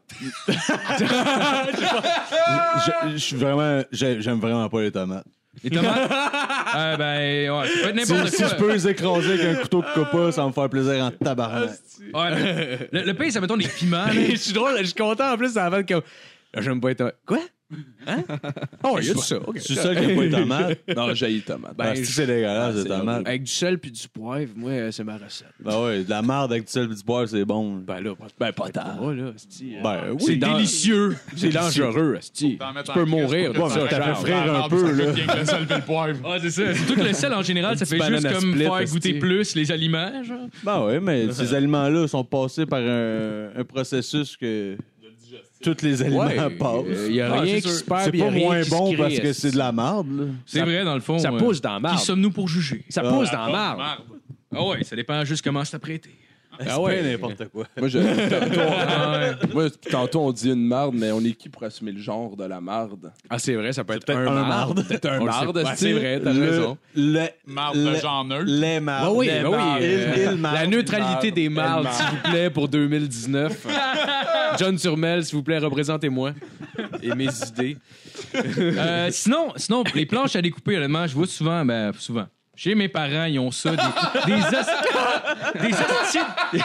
Je- Je suis vraiment. j'ai- J'aime vraiment pas les tomates. Les tomates? euh, ben, ouais, ça peut être Si, n'importe si quoi. je peux les écraser avec un couteau qui coupe pas, ça va me faire plaisir en tabarnak. Ouais, mais le, le pire, c'est, mettons, les piments. là. Je suis drôle, je suis content en plus, ça va que. Là, j'aime pas être. Quoi? Oh, il y a de ça. OK. Je suis seul qui n'a pas de tomate. Non, j'ai les tomates. Ben, Ben, c'est dégueulasse, ah, de c'est tomate. Avec du sel puis du poivre, moi, c'est ma recette. Ben ouais, de la merde avec du sel et du poivre, c'est bon. Ben là, Ben, pas tant. pas là, asti. Ben oui. C'est délicieux. C'est dangereux, asti. T'en mets Tu en peux crise mourir pour de que ça. ça t'as fait change. frire La un merde, peu, ça là. fait bien que le sel et le poivre. Ah, c'est ça. Surtout que le sel, en général, ça Une fait petite juste banane à comme split, faire goûter esti. plus les aliments, genre. Ben oui, mais ces aliments-là sont passés par un, un processus que tous les aliments Ouais, passent. il y a Ah, rien c'est qui sûr. se perd, C'est puis y a pas rien moins qui se bon crée, parce que esti. c'est de la merde. Là. C'est Ça- vrai, dans le fond. Ça euh, pousse dans la Qui marde. sommes-nous pour juger? Ça Ah, pousse dans la marde. Merde. Ah ouais, ça dépend juste comment c'est apprêté. C'est Ah ouais. pas n'importe quoi. Moi, je, tantôt, moi, tantôt, on dit une marde, mais on est qui pour assumer le genre de la marde? Ah, c'est vrai, ça peut être peut-être un un marde. marde. Peut-être un On le sait marde, pas. esti. C'est vrai, t'as Le- raison. Le, Marde le- de genre neutre. Les mardes. Ah oui, les ben oui. mardes. euh, Il- il marde. la neutralité il des mardes, marde. s'il vous plaît, pour deux mille dix-neuf. John Turmel, s'il vous plaît, représentez-moi et mes idées. Euh, sinon, sinon, pour les planches à découper, honnêtement, je vois souvent, ben, souvent. Chez mes parents, ils ont ça, des, des, hosties- des hosties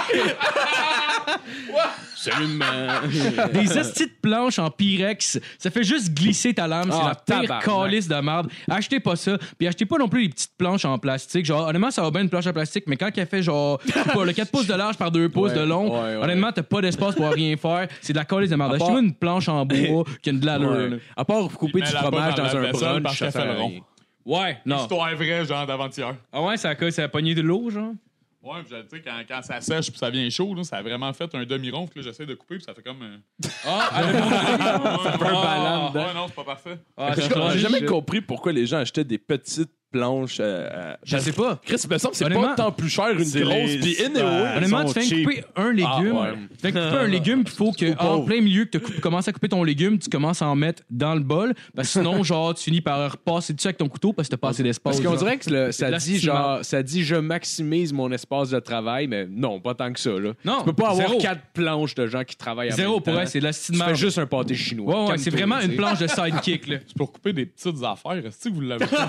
Absolument. Des hosties de planches en Pyrex. Ça fait juste glisser ta lame. C'est Ah, la pire tabarnak. calice de merde. Achetez pas ça. Puis achetez pas non plus les petites planches en plastique. Genre, honnêtement, ça va bien une planche en plastique, mais quand elle fait genre je sais pas, le quatre pouces de large par deux pouces Ouais, de long, ouais, ouais. honnêtement, t'as pas d'espace pour rien faire. C'est de la calice de merde. À part- Achetez-moi une planche en bois qui a de l'allure. Ouais. là. À part couper Il du met la fromage pomme dans dans la un vaisselle brunch, parce ça qu'elle fait fait le rond. rien. Ouais, non. Histoire vraie, genre d'avant-hier. Ah ouais, ça a, quoi, ça a pogné de l'eau, genre? Ouais, puis tu sais, quand, quand ça sèche puis ça vient chaud, là, ça a vraiment fait un demi-rond. Puis là, j'essaie de couper puis ça fait comme. euh, Ah, ça fait un ballon dedans. Ouais, non, c'est pas parfait. ah, J'ai jamais compris pourquoi les gens achetaient des petites planches. euh, à- Je sais pas. Chris, il me semble que c'est Honnêtement, pas tant plus cher une c'est grosse. les- Puis Ben, anyway, Honnêtement, sont tu fais cheap. couper un légume. Ah, ouais. Tu fais couper un légume, puis il faut que, en plein milieu, que tu commences à couper ton légume, tu commences à en mettre dans le bol. Parce que sinon, genre, tu finis par repasser dessus avec ton couteau parce que t'as pas assez d'espace. Parce qu'on genre. dirait que le- ça de la dit ciment. genre, ça dit je maximise mon espace de travail, mais non, pas tant que ça là. Non, Tu peux pas avoir zéro. quatre planches de gens qui travaillent à Zéro, pour elle, c'est de la Tu style fais juste un pâté chinois. Ouais, ouais, c'est Calme-toi, vraiment tu une sais. planche de sidekick, là. C'est pour couper des petites affaires. Est-ce que vous l'avez fait?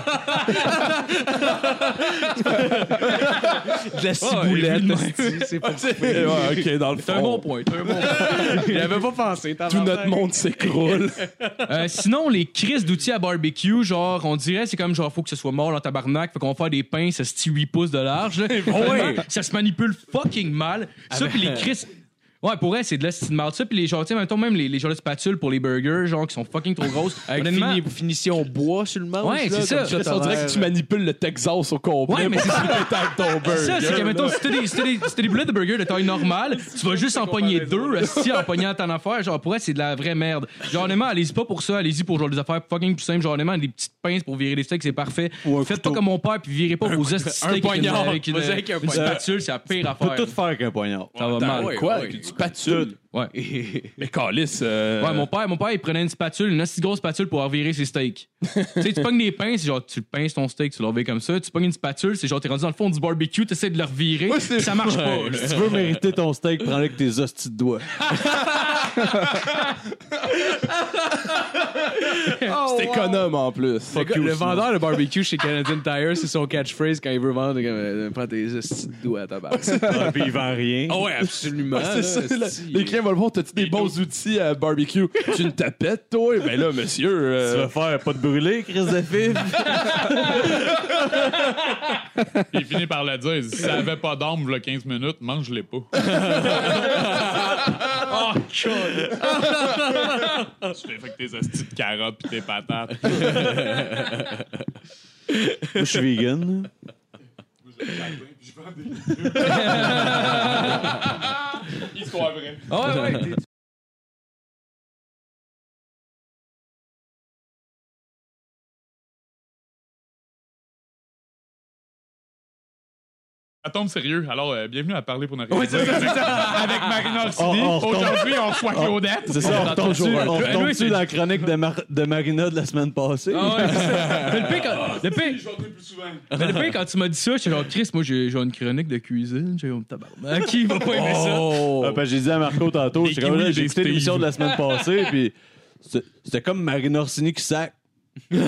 de la ciboulette. esti, c'est pour ouais, ok, dans le C'est un fond, bon point. c'est un bon point. J'y avais pas pensé. tout notre monde s'écroule. Euh, sinon, les crises d'outils à barbecue, genre, on dirait, c'est comme genre, faut que ce soit mort dans tabarnak, fait qu'on va faire des pinces à huit pouces de large. Là. Vraiment, ça se manipule fucking mal. Ça, puis les crises. Ouais, pour elle, c'est de la style marde. Ça, puis les genre, tu sais, mettons même les, les genres de spatules pour les burgers, genre, qui sont fucking trop grosses. Avec Honnêtement- fini- finition bois sur le manche. Ouais, là, c'est comme ça. t'as On dirait l'air- que tu manipules le Texas au complet. Ouais, mais pour c'est couper ta- ton burger. Ça, c'est que, mettons, si t'as des, si t'as des, si t'as des boulettes de burger de taille normale, tu vas juste en pogner deux, si en pognant ton affaire. Genre, pour elle, c'est de la vraie merde. Genre, honnêtement, allez-y pas pour ça, allez-y pour genre des affaires fucking plus simples. Genre, honnêtement, des petites pinces pour virer des steaks, c'est parfait. Ou un Faites couteau. pas comme mon père, puis virez pas vos hosties de steaks avec une- poignard. avec une, Vas-y avec un une poignard. spatule, c'est la pire Tu peux affaire. tout faire avec un poignard. Ça va mal. ouais, Quoi? ouais. Avec du spatule. Ouais. Mais calice. euh, Ouais, mon père, mon père, il prenait une spatule, une assez grosse spatule pour revirer ses steaks. tu sais, tu pognes des pinces, c'est genre, tu pinces ton steak, tu le reviens comme ça. Tu pognes une spatule, c'est genre, t'es rendu dans le fond du barbecue, t'essaies de le revirer, ça marche pas. là. Si tu veux mériter ton steak, prends-le avec tes hosties de doigts. C'est économe en plus. Le, gars- le vendeur de barbecue chez Canadian Tire, c'est son catchphrase quand il veut vendre. Comme, euh, prends tes hosties de doigts à ta base. Ah, puis il vend rien. Ah ouais, absolument. C'est ça, là, là. esti. Les clients vont le voir, t'as-tu des bons outils à barbecue? Tu une tapette, toi? Ben là, monsieur. euh, Tu vas faire pas de brûler, Chris de Fif? Il finit par le dire. Il dit, si ça avait pas d'âme, le quinze minutes, mange-les pas. Oh, Tu fais avec tes hosties de carottes pis tes patates. Moi, je suis vegan. Histoire vraie. Ah ouais, ouais. Ça tombe sérieux. Alors, euh, bienvenue à Parler pour Narrer. Oui, c'est ça, c'est ça. Avec Marina Orsini. On- on retombe- Aujourd'hui, on reçoit Claudette. C'est ça, on retombe-tu toujours un- on Louis, retombe-tu c'est- dans la chronique de, Mar- de Marina de la semaine passée? Ah ouais, c'est ça. Mais le pire, quand, le pire- mais le pire, quand tu m'as dit ça, j'étais genre, Chris, moi, j'ai j'ai une chronique de cuisine. J'ai comme tabarnak. Qui va pas aimer ça? Ah, ben, j'ai dit à Marco tantôt, Des j'étais comme, kiwis là, et j'ai des écouté Steve. l'émission de la semaine passée, puis c'était c'était comme Marina Orsini qui sac. Hey,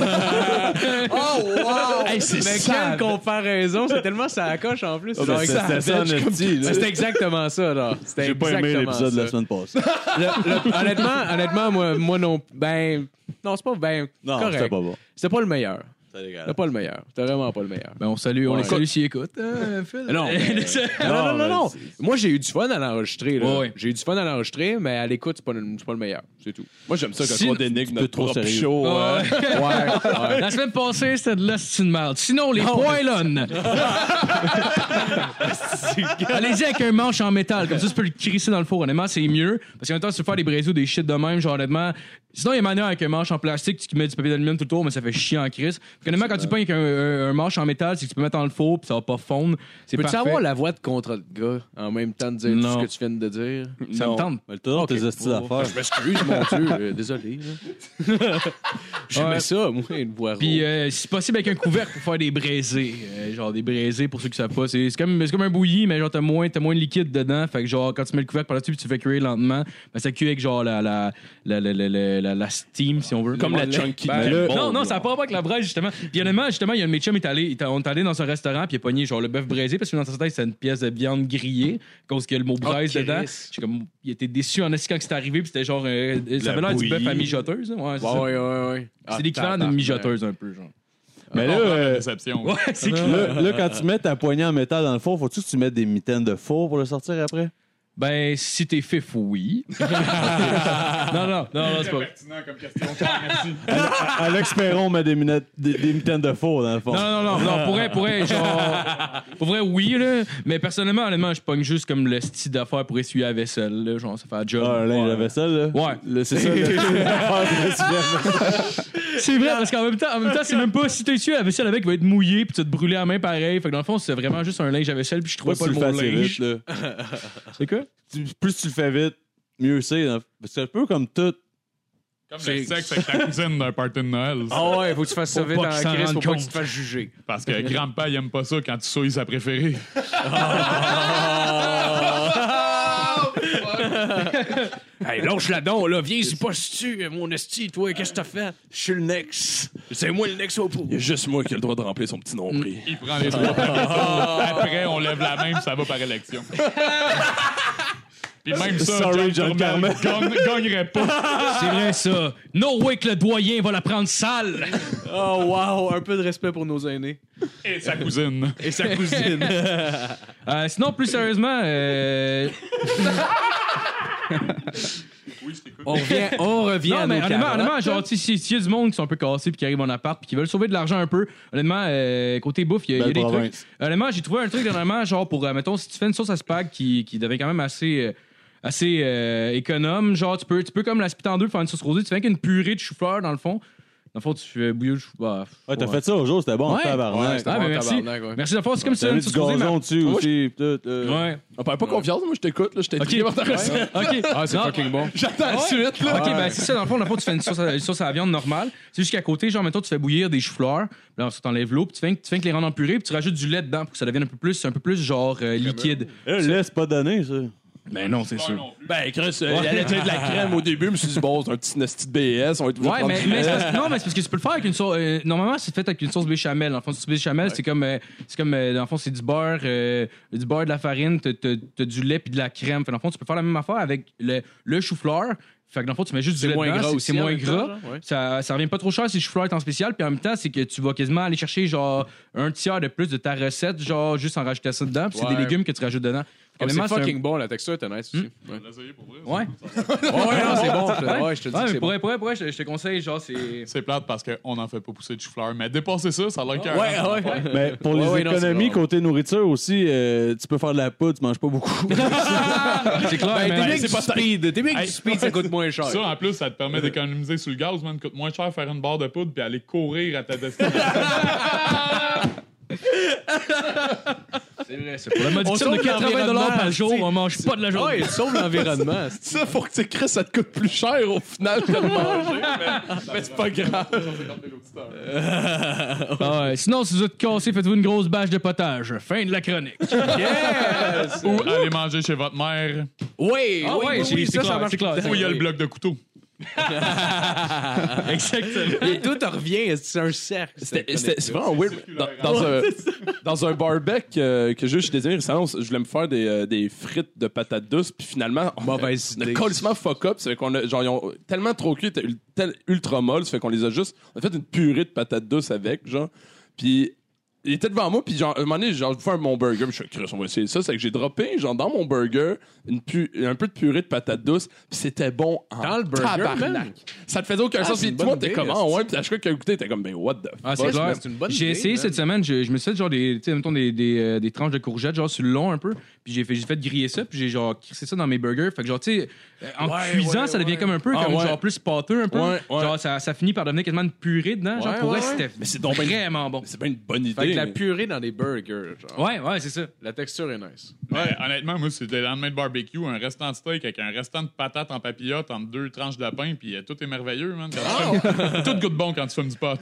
c'est Mais quelle comparaison, c'est tellement ça accroche en plus. Ah, ben, Genre, c'était ça- ça en esti, là. C'était exactement ça, là. C'était J'ai pas aimé exactement l'épisode de la ça. semaine passée. Le- le- honnêtement, honnêtement, moi, moi non. Ben, Non, c'est pas ben Non, correct. c'était pas bon. C'était pas le meilleur. C'était dégueulasse. C'était pas le meilleur. C'était vraiment pas le meilleur. Ben, on salue, on Ouais. les salue s'ils écoutent. hein, Phil. Non, mais- non, non, non, non. Moi, j'ai eu du fun à l'enregistrer. Là. Ouais, ouais. J'ai eu du fun à l'enregistrer, mais à l'écoute, c'est pas, le- c'est pas le meilleur. C'est tout. Moi, j'aime ça quand Si- on dénigre notre trop propre sérieux. show. euh, Ouais. Ouais, ouais. La semaine passée, c'était de la c'est une merde. Sinon, les poilons. Allez-y avec un manche en métal. Comme ça, tu peux le crisser dans le four. Honnêtement, c'est mieux. Parce qu'en même temps, si tu veux faire des braisés ou des shit de même, genre honnêtement. Sinon, il y a manière avec un manche en plastique, tu mets du papier d'aluminium tout le tour, mais ça fait chier en crise. Honnêtement, quand tu pognes avec un, un, un manche en métal, c'est que tu peux mettre dans le four, puis ça va pas fondre. C'est Peux-tu parfait. avoir la voix de contrat de gars en même temps de dire Non. tout ce que tu viens de dire? Ça me tente. Mais toujours Ok. tes hosties d'affaires. Je m'excuse, mon Dieu. euh, désolé. là. J'aimais Ouais. ça, moi, une voix Puis, rauque. euh, si possible, avec un couvercle pour faire des braisés. Euh, genre, des braisés, pour ceux qui savent pas. C'est c'est comme, c'est comme un bouilli, mais genre, t'as moins, t'as moins de liquide dedans. Fait que, genre, quand tu mets le couvercle par-dessus, puis tu fais cuire lentement, ben, ça cuit avec, genre, la, la, la, la, la, la, la- la steam, si on veut. Comme la chunky. Ben, là- non, non, ça n'a pas rapport avec la braise, justement. Puis, honnêtement, justement, il y a un de mes chums, il est allé, il est- on est allé dans un restaurant, puis il a pogné, genre, le bœuf braisé, parce que dans sa tête, c'était une pièce de viande grillée, à cause qu'il y a le mot braise Oh, dedans. Christ. J'ai comme, il était déçu en esti quand c'est arrivé, puis c'était genre, euh, ça avait l'air du bœuf à mijoteuse. hein. Ouais, c'est Ouais, ça. ouais, ouais, ouais. Ah, C'est l'équivalent d'une tabarnak. mijoteuse, un peu, genre. Mais là, On prend la euh, déception. Ouais, c'est clair. là, là, quand tu mets ta poignée en métal dans le four, faut-tu que tu mettes des mitaines de four pour le sortir après? Ben, si t'es fif, oui. non, non, non, non, c'est pas. pertinent comme question. Merci. Alex Perron met des, minettes- des, des mitaines de four dans le fond. Non, non, non, non, pourrait, pourrait, genre. Pour vrai, oui, là. Mais personnellement, honnêtement, je pogne juste comme le style d'affaires pour essuyer la vaisselle, là. Genre, ça fait un job. Ah, là, Ouais. la vaisselle, là. Ouais. Là, c'est ça. là. C'est vrai, parce qu'en même temps, en même temps, c'est même pas si t'as essuyé la vaisselle avec, il va être mouillé, puis tu vas te brûler la main pareil. Fait que dans le fond, c'est vraiment juste un linge à vaisselle, puis je trouvais Pas pas, si tu le le mot fais assez linge. vite, là. C'est quoi? Tu- Plus tu le fais vite, mieux c'est. dans- Parce que c'est un peu comme tout. Comme le sexe avec ta cousine d'un party de Noël. Ah ouais, faut que tu fasses ça Faut vite pas en qu'il s'en crise, rende faut pas que compte. tu te fasses juger. Parce que grand-père, il aime pas ça quand tu souilles sa préférée. Hey, lâche la don, là, viens, c'est pas tu mon esti, toi, qu'est-ce que t'as fait? Je suis le next. C'est moi le next au pot. Il y a juste moi qui ai le droit de remplir son petit nombril. Il prend les trois premiers tours. Après, on lève la main, puis ça va par élection. Puis même ça, Sorry, John John Carmel gagne- gagnerait pas. C'est vrai, ça. No way que le doyen va la prendre sale. Oh, wow, un peu de respect pour nos aînés. Et sa cousine. Et sa cousine. Euh, sinon, plus sérieusement, euh... on revient, on revient à Non, mais nos honnêtement, carottes. honnêtement, genre, tu sais, si- s'il y a du monde qui sont un peu cassés puis qui arrivent en appart puis qui veulent sauver de l'argent un peu, honnêtement, euh, côté bouffe, il y a, il y a Belle des province. trucs. Honnêtement, j'ai trouvé un truc dernièrement, genre, pour, euh, mettons, si tu fais une sauce à spag qui, qui devient quand même assez. euh, assez euh, économe, genre, tu peux, tu peux comme la split en deux, faire une sauce rosée, tu fais avec une purée de chou-fleur, dans le fond. Dans le fond, tu fais bouillir le chou bah, Ouais, t'as ouais. fait ça au jour, c'était bon, Ouais. tabarnak. Ouais, c'était Ah, bon, mais merci. tabarnak, ouais. Merci de faire, c'est comme si T'avais une du sauce rosée. gazon mais- dessus moi, aussi. pis tout, euh. Ouais. On parle pas confiance, moi je t'écoute, là, je t'ai Ok. dit ta recette. Ok. Ah, c'est Non. fucking bon. J'attends la Ouais. suite, là. Ok, ben c'est ça, dans le fond, dans le fond, tu fais une sauce, à, une sauce à la viande normale. C'est juste qu'à côté, genre, mettons, tu fais bouillir des choux-fleurs, puis là, ensuite, t'enlèves l'eau, puis tu fais, tu fais que les rendre en purée, puis tu rajoutes du lait dedans pour que ça devienne un peu plus, un peu plus genre euh, liquide. Là, laisse pas donner, ça. Mais non, c'est sûr. Ben, Chris, euh, il allait dire de la crème au début, je me suis dit, bon, c'est un petit nasty de B S, on va être Ouais, mais, mais c'est parce, non, mais c'est parce que tu peux le faire avec une sauce. euh, normalement, c'est fait avec une sauce béchamel. En fond, sauce béchamel, c'est comme, euh, c'est comme, euh, dans le fond, c'est du beurre, euh, du beurre, de la farine, t'as, t'as, t'as du lait puis de la crème. Fait, dans le fond, tu peux faire la même affaire avec le, le chou-fleur. Fait que dans le fond, tu mets juste du C'est lait moins dedans, gras c'est, aussi, c'est en moins même temps, gras. genre, ouais. Ça, ça revient pas trop cher si le chou-fleur est en spécial. Puis en même temps, c'est que tu vas quasiment aller chercher genre un tiers de plus de ta recette, genre juste en rajoutant ça dedans. Puis c'est Ouais. des légumes que tu rajoutes dedans. Oh, Honnêtement, c'est c'est un- fucking bon, la texture est nice aussi. Ouais, On l'a essayé pour vrai. Ouais. ouais, non, c'est bon. je te- Ouais, je te dis Ouais, que mais c'est pour bon. vrai, pour vrai, pour vrai, je, je te conseille, genre, c'est. C'est plate parce qu'on n'en fait pas pousser de chou-fleur. Mais dépasser ça, ça a l'air qu'un. Ouais, ouais. Mais pour Ouais, les ouais, non, c'est économies, bon. côté nourriture aussi, euh, tu peux faire de la poudre, tu manges pas beaucoup. C'est clair, Ben, mais- t'es bien c'est que pas du speed. T'es bien que du Hey. speed, ça coûte moins cher. Ça, en plus, ça te permet d'économiser sur le gaz, man. Coûte moins cher faire une barre de poudre puis aller courir à ta destination. C'est vrai, c'est pour la modique On somme de sauve quatre-vingts dollars par l'environnement, jour, c'est- on mange pas de la journée. Ouais, sauve l'environnement. Ça, faut que tu Chris, ça te coûte plus cher au final que de manger, mais, mais c'est pas grave. Ah ouais. Sinon, si vous êtes cassé, faites-vous une grosse bâche de potage. Fin de la chronique. Ou aller manger chez votre mère. Oui, Ah ouais, oui, c'est- oui, c'est ça, clair, ça marche c'est clair. tout le temps. Où il y a le bloc de couteau. Exactement. Et tout revient, c'est un cercle. C'était- c'était- C'est vraiment weird. Dans, dans un, dans un barbecue euh, que j'ai chez Désirs récemment, je voulais me faire des, euh, des frites de patates douces, puis finalement, on Mauvaise on a idée. complètement fuck up. Ça fait qu'on a, genre, ils ont tellement trop cuit, étaient ul- tel- ultra molles, ça fait qu'on les a juste. On a fait une purée de patates douces avec, genre. Puis il était devant moi, puis genre, à un moment donné, genre, je vais faire mon burger, puis je suis Chris, on va essayer ça. C'est que j'ai droppé, genre, dans mon burger, une pu- un peu de purée de patates douces, puis c'était bon en Dans le burger, tabarnak. man? Ça te faisait aucun Ah, sens. c'est Puis une tout le monde bonne était idée, comme, ah est-ce ouais, puis à chaque fois qu'il a goûté, t'es comme, ben, what the Ah, fuck. c'est clair. c'est une bonne J'ai idée, essayé man. cette semaine, je, je me suis fait genre des, tu sais, mettons des, des, euh, des tranches de courgettes, genre sur le long un peu. Puis j'ai fait, j'ai fait griller ça, puis j'ai genre crissé ça dans mes burgers. Fait que genre, tu sais, euh, en Ouais, cuisant, ouais, ça devient ouais. comme un peu, Ah, comme ouais. genre plus pâteux un peu. Ouais, ouais. Genre, ça, ça finit par devenir quasiment une purée dedans. genre, Ouais, pour vrai, ouais, c'était Mais c'est donc ben- vraiment bon. C'est pas une bonne idée. Fait que la mais- purée dans des burgers, genre. Ouais, ouais, c'est ça. La texture est nice. Ouais, honnêtement, moi, c'était le lendemain de barbecue, un restant de steak avec un restant de patates en papillote entre deux tranches de pain, puis euh, tout est merveilleux, man. Quand tu fumes- tout goûte bon quand tu fumes du pot.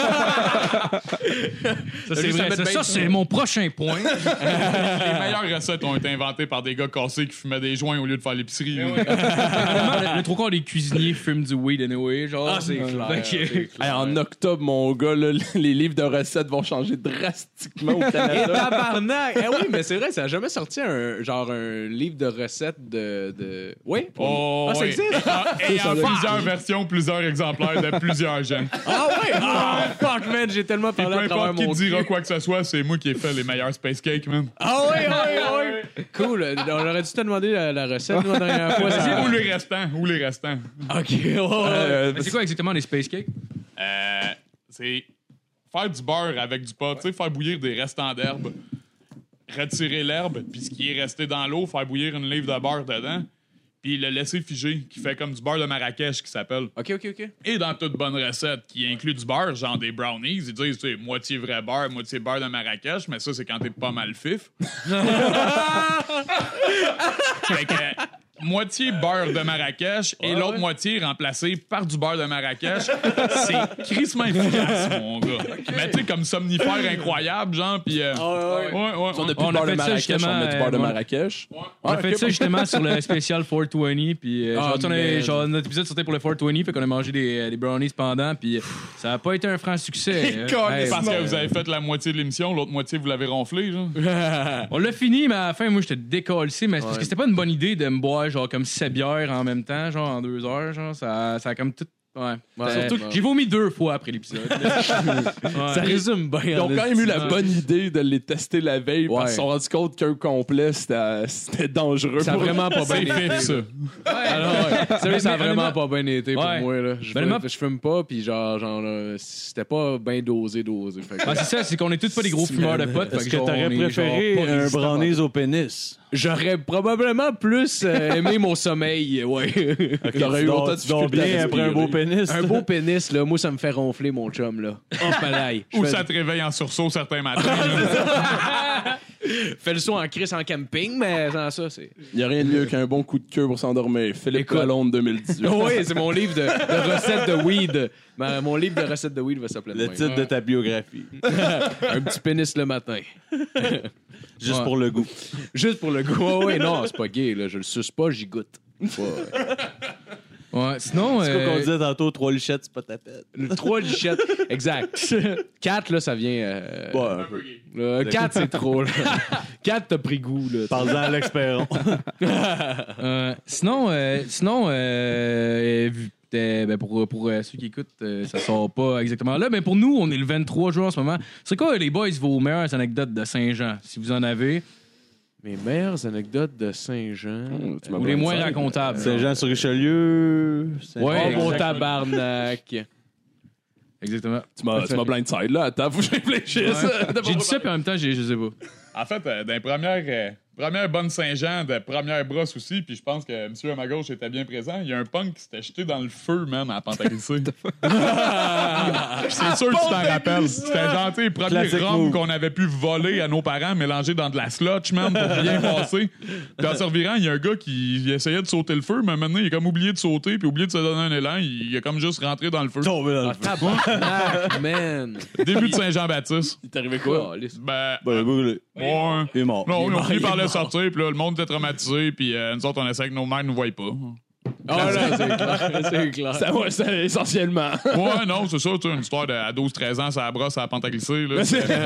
Ça, c'est vrai. Ça, ça, c'est mon prochain point. Les meilleures recettes ont été inventées par des gars cassés qui fumaient des joints au lieu de faire l'épicerie. là. Vraiment, le trop quart des cuisiniers fument du weed anyway. Genre, Ah, c'est clair. Fait que- c'est clair. Hey, en octobre, mon gars, là, les livres de recettes vont changer drastiquement au Et Canada. tabarnak! Eh oui, mais c'est vrai, ça a jamais sorti un genre un livre de recettes de. de... Oui? Oh, Ah, ça ouais. existe? Et en, et en plusieurs versions, plusieurs exemplaires de plusieurs gens. Ah ouais! Ah fuck, man, j'ai tellement Et peu parlé à travers importe qui mon te dira cul. quoi que ce soit, c'est moi qui ai fait les meilleurs space cakes, man. Ah ouais, ouais, ouais! Cool. On aurait dû te demander la, la recette, nous, la dernière fois. Ou les restants, ou les restants. Ok, ouais, ouais. Euh, Mais c'est quoi exactement les space cakes? Euh, c'est faire du beurre avec du pot, tu sais, faire bouillir des restants d'herbe, retirer l'herbe, puis ce qui est resté dans l'eau, faire bouillir une livre de beurre dedans, puis le laisser figer, qui fait comme du beurre de Marrakech qui s'appelle. Ok, ok, ok. Et dans toute bonne recette qui inclut du beurre, genre des brownies, ils disent, tu sais, moitié vrai beurre, moitié beurre de Marrakech, mais ça, c'est quand t'es pas mal fif. Fait que, moitié beurre de Marrakech et l'autre moitié remplacée par du beurre de Marrakech. C'est crissement efficace, mon gars. Mais tu sais, comme somnifère incroyable, genre, pis... euh, ouais, ouais, ouais. On a plus On de a beurre de fait ça, Marrakech, on justement, met du beurre de euh, Marrakech. On a Ah, fait ok, ça bon. justement sur le spécial quatre cent vingt, puis euh, Ah, genre, tu sais, on a- man. genre, notre épisode sortait pour le quatre cent vingt, fait qu'on a mangé des, euh, des brownies pendant, puis euh, ça a pas été un franc succès. euh. Hey, Hey, parce bon. que vous avez fait la moitié de l'émission, l'autre moitié, vous l'avez ronflé, genre. On l'a fini, mais à la fin, moi, j'étais décollé, mais c'est parce que c'était pas une bonne idée de me boire genre comme sept bières en même temps, genre en deux heures, genre ça, ça a comme tout. Ouais. Ouais, Ça- surtout j'ai vomi deux fois après l'épisode. Ouais. Ça résume bien. Ils ont quand même eu la Ouais. bonne idée de les tester la veille parce Ouais. qu'ils se sont rendus compte qu'un complet, c'était c'était dangereux. Ça a pour eux. vraiment pas bien C'est été. fif, ça. Ah non, ouais. Sérieux, ça a Mais vraiment honnêtement- pas bien été pour Ouais. moi. Là. Je, Ben, fume, honnêtement- je fume pas, puis genre, genre euh, c'était pas bien dosé, dosé. Fait que- Ah, c'est ça, c'est qu'on est tous pas des gros fumeurs de potes. Est-ce fait que genre, t'aurais on est, préféré genre, pas un résistant. brownies au pénis? J'aurais probablement plus euh, aimé mon sommeil, ouais. T'aurais eu Tu autant dors- de tu dors difficulté à bien après un beau respirer. pénis. Un beau pénis, là, moi, ça me fait ronfler, mon chum, là. Oh, pareil. Ou ça te réveille en sursaut certains matins. là. Fais le son en crise en camping, mais sans ça, c'est. Il n'y a rien de mieux qu'un bon coup de queue pour s'endormir. Philippe Écoute. Lalonde deux mille dix-huit. oui, c'est mon livre de, de recettes de weed. Ma- mon livre de recettes de weed va s'appeler de Le même. titre de ta biographie. Un petit pénis le matin. Juste Ouais. pour le goût. Juste pour le goût. Ouais, ouais, non, c'est pas gay, là. Je le suce pas, j'y goûte. Pas, euh, Ouais, sinon. C'est quoi qu'on euh, disait tantôt, trois lichettes, c'est pas ta peine. le trois lichettes. Exact. Quatre, là, ça vient. Euh, Ouais, un peu. euh, quatre, c'est trop, là. Quatre, t'as pris goût, là. Parle-en à l'expérience. Euh, sinon, euh, sinon euh, vu- euh, ben pour, pour euh, ceux qui écoutent, euh, ça sort pas exactement là, mais pour nous, on est le vingt-trois juin en ce moment. C'est quoi, les boys, vos meilleures anecdotes de Saint-Jean, si vous en avez, Mes meilleures anecdotes de Saint-Jean. tu m'as ou les bien moins dit ça. racontables? Saint-Jean-sur-Richelieu. Saint- Ouais, Oh, mon exact. tabarnak. Exactement. Tu m'as tu m'as blindside là. Attends, faut que je réfléchisse. J'ai dit ça, puis en même temps, j'ai- je sais pas. En fait, euh, dans les premières, euh, premières bonnes Saint-Jean, de première brosse aussi, puis je pense que monsieur à ma gauche était bien présent, il y a un punk qui s'était jeté dans le feu, man, à Pantagrussé. C'est sûr que tu t'en rappelles. C'était genre, tu sais, les premiers Classic rhum move. qu'on avait pu voler à nos parents, mélangés dans de la slotch, man, pour bien passer. Puis en se revirant, il y a un gars qui il essayait de sauter le feu, mais maintenant, il a comme oublié de sauter, puis oublié de se donner un élan, il, il a comme juste rentré dans le feu. Tombé dans le Ah, feu. tabarnak, man. Début de Saint-Jean-Baptiste. Il t'est arrivé quoi? Oh, lisse. Ben, Bon, il est brûlé. ouais. Il est mort. Non, Il est ils ont mort, fini il est par le mort. sortir, puis là, le monde était traumatisé, puis euh, nous autres, on essayait que nos mères nous voient pas. Ah non, c'est clair, c'est clair. Ça va, ça, essentiellement. Ouais, non, c'est ça, tu sais, une histoire de, à douze treize ans, ça brosse à la pente à glisser. Là,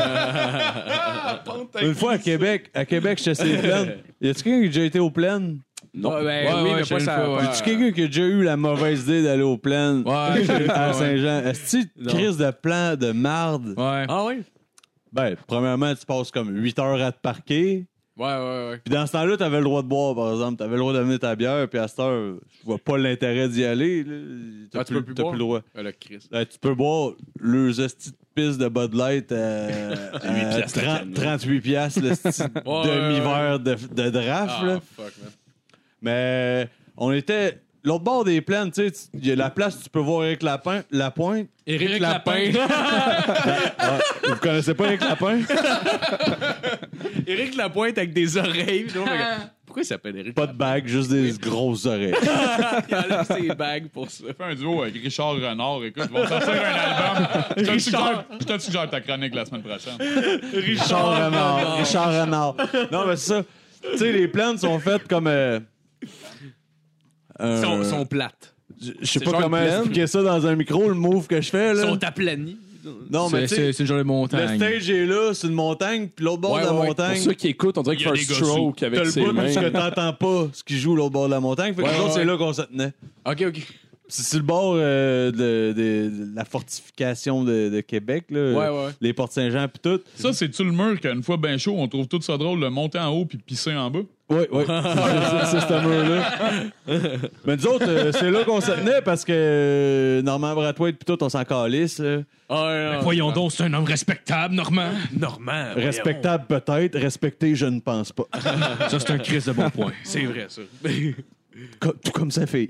Une fois à Québec, à Québec, j'étais sur les plaines. Y a-tu quelqu'un qui a déjà été aux plaines? Non. Ouais, ben, Ouais, oui, ouais, mais j'ai pas une ça. fois, ouais. Y a-tu quelqu'un qui a déjà eu la mauvaise idée d'aller aux plaines Ouais, j'ai une fois, à ouais. Saint-Jean? Est-ce que tu crise de plan de marde? Ouais. Ah oui? Ben, premièrement, tu passes comme huit heures à te parquer. Ouais, ouais, ouais. Puis dans ce temps-là, t'avais le droit de boire, par exemple. T'avais le droit d'amener ta bière, puis à cette heure, je vois pas l'intérêt d'y aller. Là. T'as Ah, tu peux plus t'as boire? le droit. Ah, le Christ. Ben, tu peux boire le esti de pisse de Bud Light à, à piastres la trente, canne. trente-huit piastres, le esti Ouais, demi-verre de, de draft. Ah, Là. fuck, man. Mais on était... L'autre bord des plaines, tu sais, il y a la place où tu peux voir Éric Lapin, Lapointe. Éric Lapin. Ah, vous connaissez pas Éric Lapin? Éric Lapointe avec des oreilles. Non, mais- Pourquoi il s'appelle Éric Pas de bague, juste des grosses oreilles. Il enlève ses bagues pour ça. Fais un duo avec Richard Renard. Écoute, ils vont sortir un album. Je te le suggère- je te le suggère ta chronique la semaine prochaine. Richard Renard. Richard Renard. Non, mais c'est ça. Tu sais, les plaines sont faites comme... Euh, Ils sont, euh, sont plates. Je je sais C'est pas genre comment une plaine? expliquer ça dans un micro, le move que je fais. Ils Là. sont aplanis. Non, mais C'est- tu C'est sais, c'est une genre de le montagne. stage est là, c'est une montagne, puis l'autre bord Ouais, de la ouais, montagne, Pour ceux qui écoutent, on dirait Il y qu'il a fait un des gars stroke t'as avec le ses bout mains. ce que t'entends pas, ce qui joue l'autre bord de la montagne. Fait que Ouais, nous autres, ouais. c'est là qu'on se tenait. OK, OK. C'est sur le bord euh, de, de- de la fortification de, de Québec, là, Ouais, ouais. les portes Saint-Jean, puis tout. Ça, c'est-tu le mur qu'une fois bien chaud, on trouve tout ça drôle de monter en haut puis de pisser en bas? Oui, oui. c'est c'est ce mur-là. Mais nous autres, euh, c'est là qu'on se tenait parce que euh, Normand Brathwaite, puis tout, on s'en calisse. là. Ah, Voyons donc, c'est un homme respectable, Normand. Normand. Respectable peut-être, respecté, je ne pense pas. Ça, c'est un Christ de bon point. C'est vrai, ça. Co- tout comme sa fille.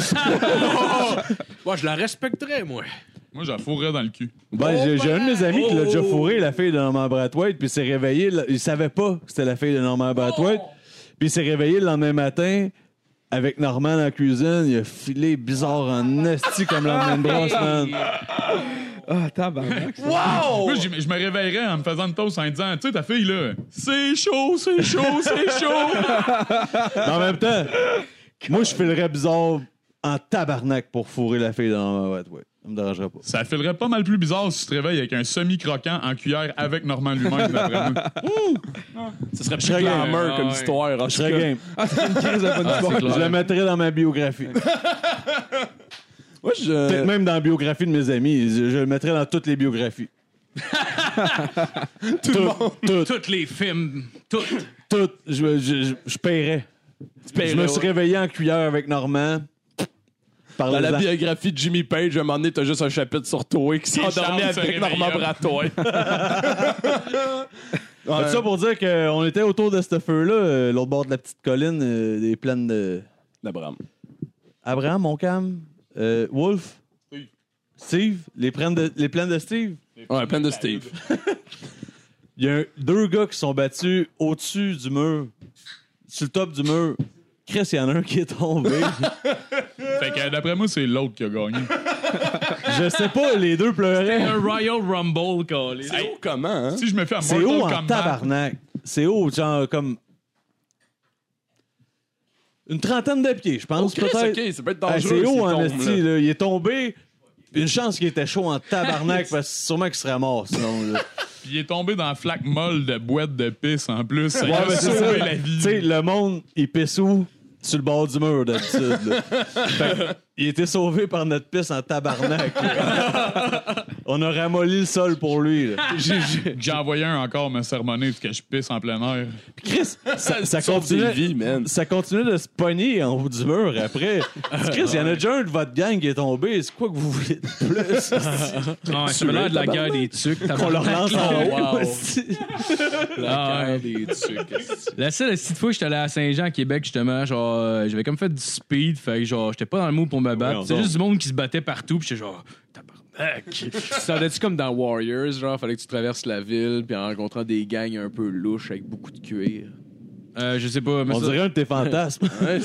Moi, je la respecterais, moi. Moi, j'ai la fourré dans le cul. Ben, j'ai, j'ai un de mes amis qui l'a déjà Oh! fourré, la fille de Normand Brathwaite, puis il s'est réveillé. là- Il savait pas que c'était la fille de Normand Brathwaite. Puis il s'est réveillé le lendemain matin avec Normand dans la cuisine. Il a filé bizarre en esti comme la main de brosse, man. Ah, tabarnak. Moi, je je me réveillerais en me faisant une toast en disant, tu sais, ta fille, là, c'est chaud, c'est chaud, c'est chaud. Mais en même temps, moi, je filerais bizarre en tabarnak pour fourrer la fille de Normand Brathwaite. Ça me dérangerait pas. Ça filerait pas mal plus bizarre si tu te réveilles avec un semi-croquant en cuillère avec Normand lui-même, d'après moi. Ce serait plus serais game. glamour comme Ah, ouais. histoire. en Je tout serais cas. game. Ah, c'est une crise de bonne histoire. Je le mettrais dans ma biographie. Moi, je... Peut-être même dans la biographie de mes amis. Je, je le mettrais dans toutes les biographies. tout, le monde. Tout, Tous les films, tout. tout. Je, je, je, je paierais. Je me suis réveillé en cuillère avec Normand. Par Dans les la ans. biographie de Jimmy Page, à un moment donné, t'as juste un chapitre sur toi qui s'endormit Charles se avec Normand réveilla. Brathwaite. Tout ça pour dire qu'on était autour de ce feu-là, euh, l'autre bord de la petite colline, euh, des plaines de. D'Abraham. Abraham, Montcalm, euh, Wolf, Steve, les plaines de, les plaines de Steve. Ouais, plein de Steve. Il y a un- deux gars qui sont battus au-dessus du mur, sur le top du mur. Chris, il y en a un qui est tombé. Fait que d'après moi, c'est l'autre qui a gagné. Je sais pas, les deux pleuraient. Un Royal Rumble, calé. C'est haut comment, hein? Si je me fais un C'est haut Mortal en Kombat, tabarnak. C'est haut, genre comme. Une trentaine de pieds, je pense, Oh, Chris, peut-être. ok, ça peut être Hey, dangereux. c'est haut s'il en tombe, esti, là. là. Il est tombé. Une chance qu'il était chaud en tabarnak, parce que sûrement qu'il serait mort sinon. Là. puis il est tombé dans la flaque molle de boîte de pisse en plus. Ça lui Ouais, a mais c'est sauvé ça. la vie. Tu sais, le monde, il pisse où? Sur le bord du mur, d'habitude. là. Fait que, il était sauvé par notre pisse en tabarnak. là. On a ramolli le sol pour lui. là. J'ai envoyé un encore me sermonner parce que je pisse en plein air. Puis Chris, ça, ça Sauve des continuait, vies, man. ça continuait de se pogner en haut du mur après. Chris, il y en a déjà un de votre gang qui est tombé. C'est quoi que vous voulez de plus? Ah, ça m'a l'air de la guerre des tucs. On le relance en haut. wow. esti. Ah, ouais. des trucs. La seule petite fois que j'étais allé à Saint-Jean, Québec, justement, genre, euh, j'avais comme fait du speed, fait que genre, j'étais pas dans le mood pour me battre. Ouais, C'est on juste du monde qui se battait partout, pis j'étais genre, tabarnak. Ça tu comme dans Warriors, genre, fallait que tu traverses la ville, puis en rencontrant des gangs un peu louches avec beaucoup de cuir. Euh, je sais pas, mais On ça- dirait un de tes fantasmes. Ouais,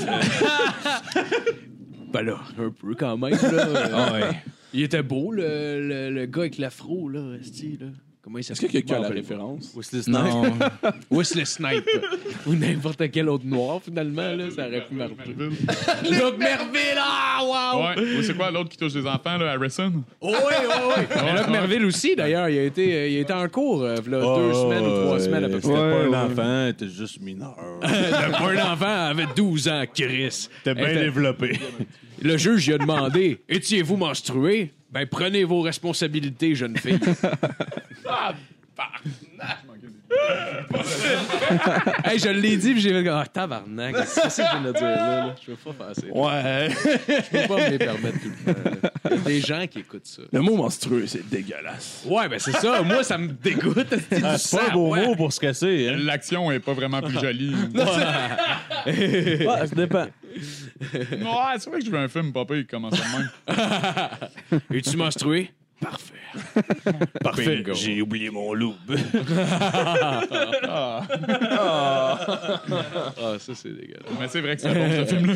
ben là, un peu quand même, là. Ah ouais. Il était beau, le, le, le gars avec l'afro, là, esti, là. Comment il Est-ce s'appelle? que quelqu'un a la Bon, référence? Wesley Snipes. Non. Wesley Snipes. Ou n'importe quel autre noir, finalement, là, ça aurait pu marcher. Luke Merville, ah, wow! Ouais. Ou c'est quoi l'autre qui touche des enfants, là, Harrison? Oh, oui, oui, oui. Mais Luke Merville aussi, d'ailleurs, il a été, euh, il a été en cours, euh, là, Oh, deux semaines ou trois ouais. semaines à peu près. C'était pas Ouais, un ouais. enfant, t'es juste mineur. Un enfant avait douze ans, Chris. T'es bien Était- développé. Le juge lui a demandé « Étiez-vous menstrué? » Ben, prenez vos responsabilités, jeune fille. Hey, je l'ai dit, puis j'ai fait « Ah, tabarnak, qu'est-ce que c'est que je viens de dire là? là? Je peux pas faire ça. Ouais. Je peux pas me les permettre tout le temps. là. Il y a des gens qui écoutent ça. Le mot monstrueux, c'est dégueulasse. Ouais, ben c'est ça. Moi, ça me dégoûte. C'est du Ah, c'est pas un sang, beau ouais. mot pour ce que c'est. Hein? L'action est pas vraiment plus jolie. Ouais, ça dépend. Ouais, c'est vrai que je veux un film, papa, il commence de même. Es-tu menstrué? Parfait. Parfait. Bingo. J'ai oublié mon loup. Ah, ça, c'est dégueulasse. Mais c'est vrai que c'est bon, ce film-là.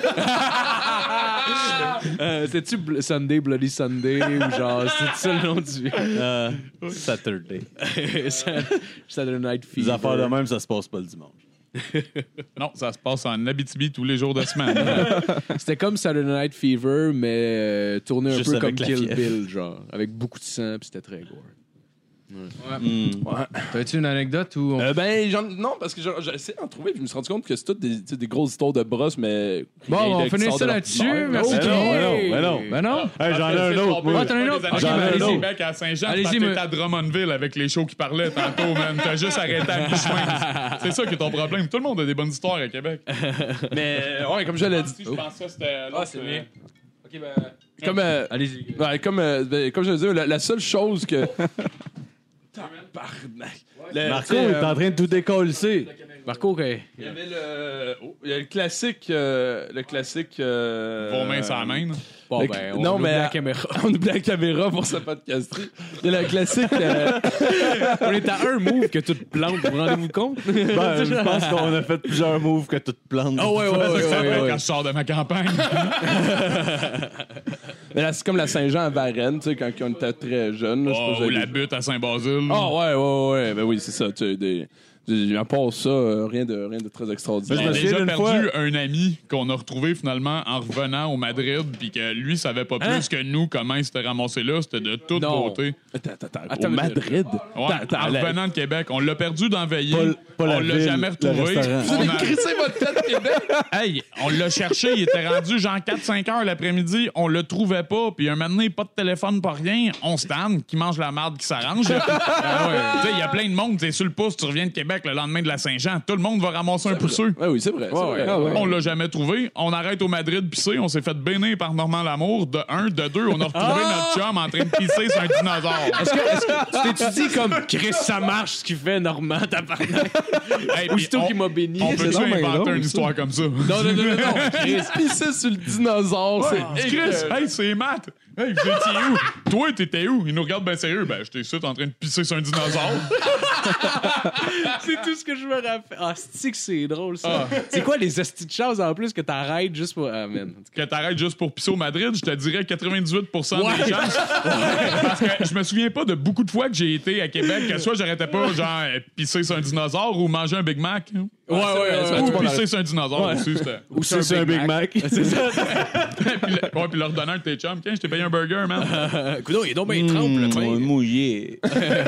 Euh, C'est-tu Bl- Sunday, Bloody Sunday, ou genre, c'est ça le nom du... Euh, Saturday. Saturday Night Fever. Les affaires de même, ça se passe pas le dimanche. Non, ça se passe en Abitibi tous les jours de semaine. C'était comme Saturday Night Fever, mais euh, tourné un Juste peu comme avec la Kill fièvre. Bill, genre, avec beaucoup de sang, puis c'était très gore. T'as-tu une anecdote ou. on- Euh, ben, j'en- non, parce que j'ai essayé d'en trouver, puis je me suis rendu compte que c'est toutes des, tu sais, des grosses histoires de brosses, mais. Bon, rien on de- qui finit sort ça de là-dessus. l'ordinaire. Merci. Ben non, ben non, ben non. Ben non? Hey, j'en ai un autre. moi. Ah, t'en as un autre? Ok, Ok, j'en ai ben un allez-y. autre. Québec à Saint-Jean, Allez-y, parce que me- t'es à Drummondville avec les shows qui parlaient tantôt, man. T'as juste arrêté à mi-chemin. C'est ça qui est ton problème. Tout le monde a des bonnes histoires à Québec. Mais, ouais, comme je l'ai dit. Si je pensais que c'était. Ah, c'est bien. Ok, ben. Comme, euh, Allez-y. ouais, comme, euh, ben, comme je le disais, la, la seule chose que. Tabarnak. Le- Marco, tu sais, il est euh, en train de tout décoller. Marco, OK. Il y avait le. oh, il y a le classique. euh, le classique. Euh, Vos mains sur la main. là. Bon, le- ben, on non, oublie mais. la caméra. On oublie la caméra pour ce podcast. Il y a le classique. euh, On est à un move que tu te plantes, vous vous rendez-vous compte? Ben, je pense qu'on a fait plusieurs moves que toutes plantes. Ah ouais, ouais, ouais, C'est ouais, vrai ouais. quand je sors de ma campagne. mais là, c'est comme la Saint-Jean à Varennes, tu sais, quand on était très jeunes. là, je sais pas Oh, si ou vous avez- la butte à Saint-Basile. Ah ouais, ouais, ouais. Ben oui, c'est ça. Tu sais, des. des- À part ça, euh, rien de, rien de très extraordinaire. Je J'ai me souviens déjà d'une perdu fois- un ami qu'on a retrouvé finalement en revenant au Madrid, puis que lui savait pas plus que nous comment il s'était ramassé là. C'était de toute Non. beauté. Attends, attends, attends. Attends Au une minute. Madrid? Ouais, Attends, en la- revenant de Québec. On l'a perdu dans Veillée. Pas l- pas la on l'a ville, jamais le retrouvé. restaurant. Vous On avez a- crissé votre tête de Québec? Hey, on l'a cherché, il était rendu genre quatre cinq heures l'après-midi, on le trouvait pas, puis un moment donné, pas de téléphone, pas rien, on se tanne, qui mange la marde, qui s'arrange. Ah ouais. Tu sais, il y a plein de monde, t'es sur le pouce, tu reviens de Québec le lendemain de la Saint-Jean, tout le monde va ramasser un pousseux. Ouais, oui, c'est vrai. c'est vrai. Ah ouais. On l'a jamais trouvé. On arrête au Madrid pisser. On s'est fait bénir par Normand Lamour. De un, de deux, on a retrouvé notre chum en train de pisser sur un dinosaure. Est-ce que, est-ce que tu t'es-tu dit comme Chris, ça marche ce qu'il fait, Normand, tabarnak? Hey, puis Aussitôt on- qu'il m'a béni. On peut-tu donc bien inventer drôle, une ça. histoire comme ça? Non, non, non, non, non. Chris. Pisser sur le dinosaure, c'est Chris, écœurant. hey, c'est Matt. Hey, vous étiez où? Toi, t'étais où? Il nous regarde bien sérieux. Ben, j'étais ici en train de pisser sur un dinosaure. C'est tout ce que je me rappelle. Ah, c'est que c'est drôle, ça. C'est quoi les estis de choses en plus que t'arrêtes juste pour. Ah, man. Que t'arrêtes juste pour pisser au Madrid, je te dirais quatre-vingt-dix-huit pour cent Ouais. des chances. Parce que je me souviens pas de beaucoup de fois que j'ai été à Québec, que soit j'arrêtais pas, genre, pisser sur un dinosaure ou manger un Big Mac. Ouais, ouais, ouais. Ou pisser sur un dinosaure aussi, c'était. Ou C'est c'est un Big Mac. C'est ça. puis, le, ouais, puis leur donner un de tes chums. Tiens, je t'ai payé un burger, man. Écoute, il est donc bien trempe, le Mmh, pain. mouillé.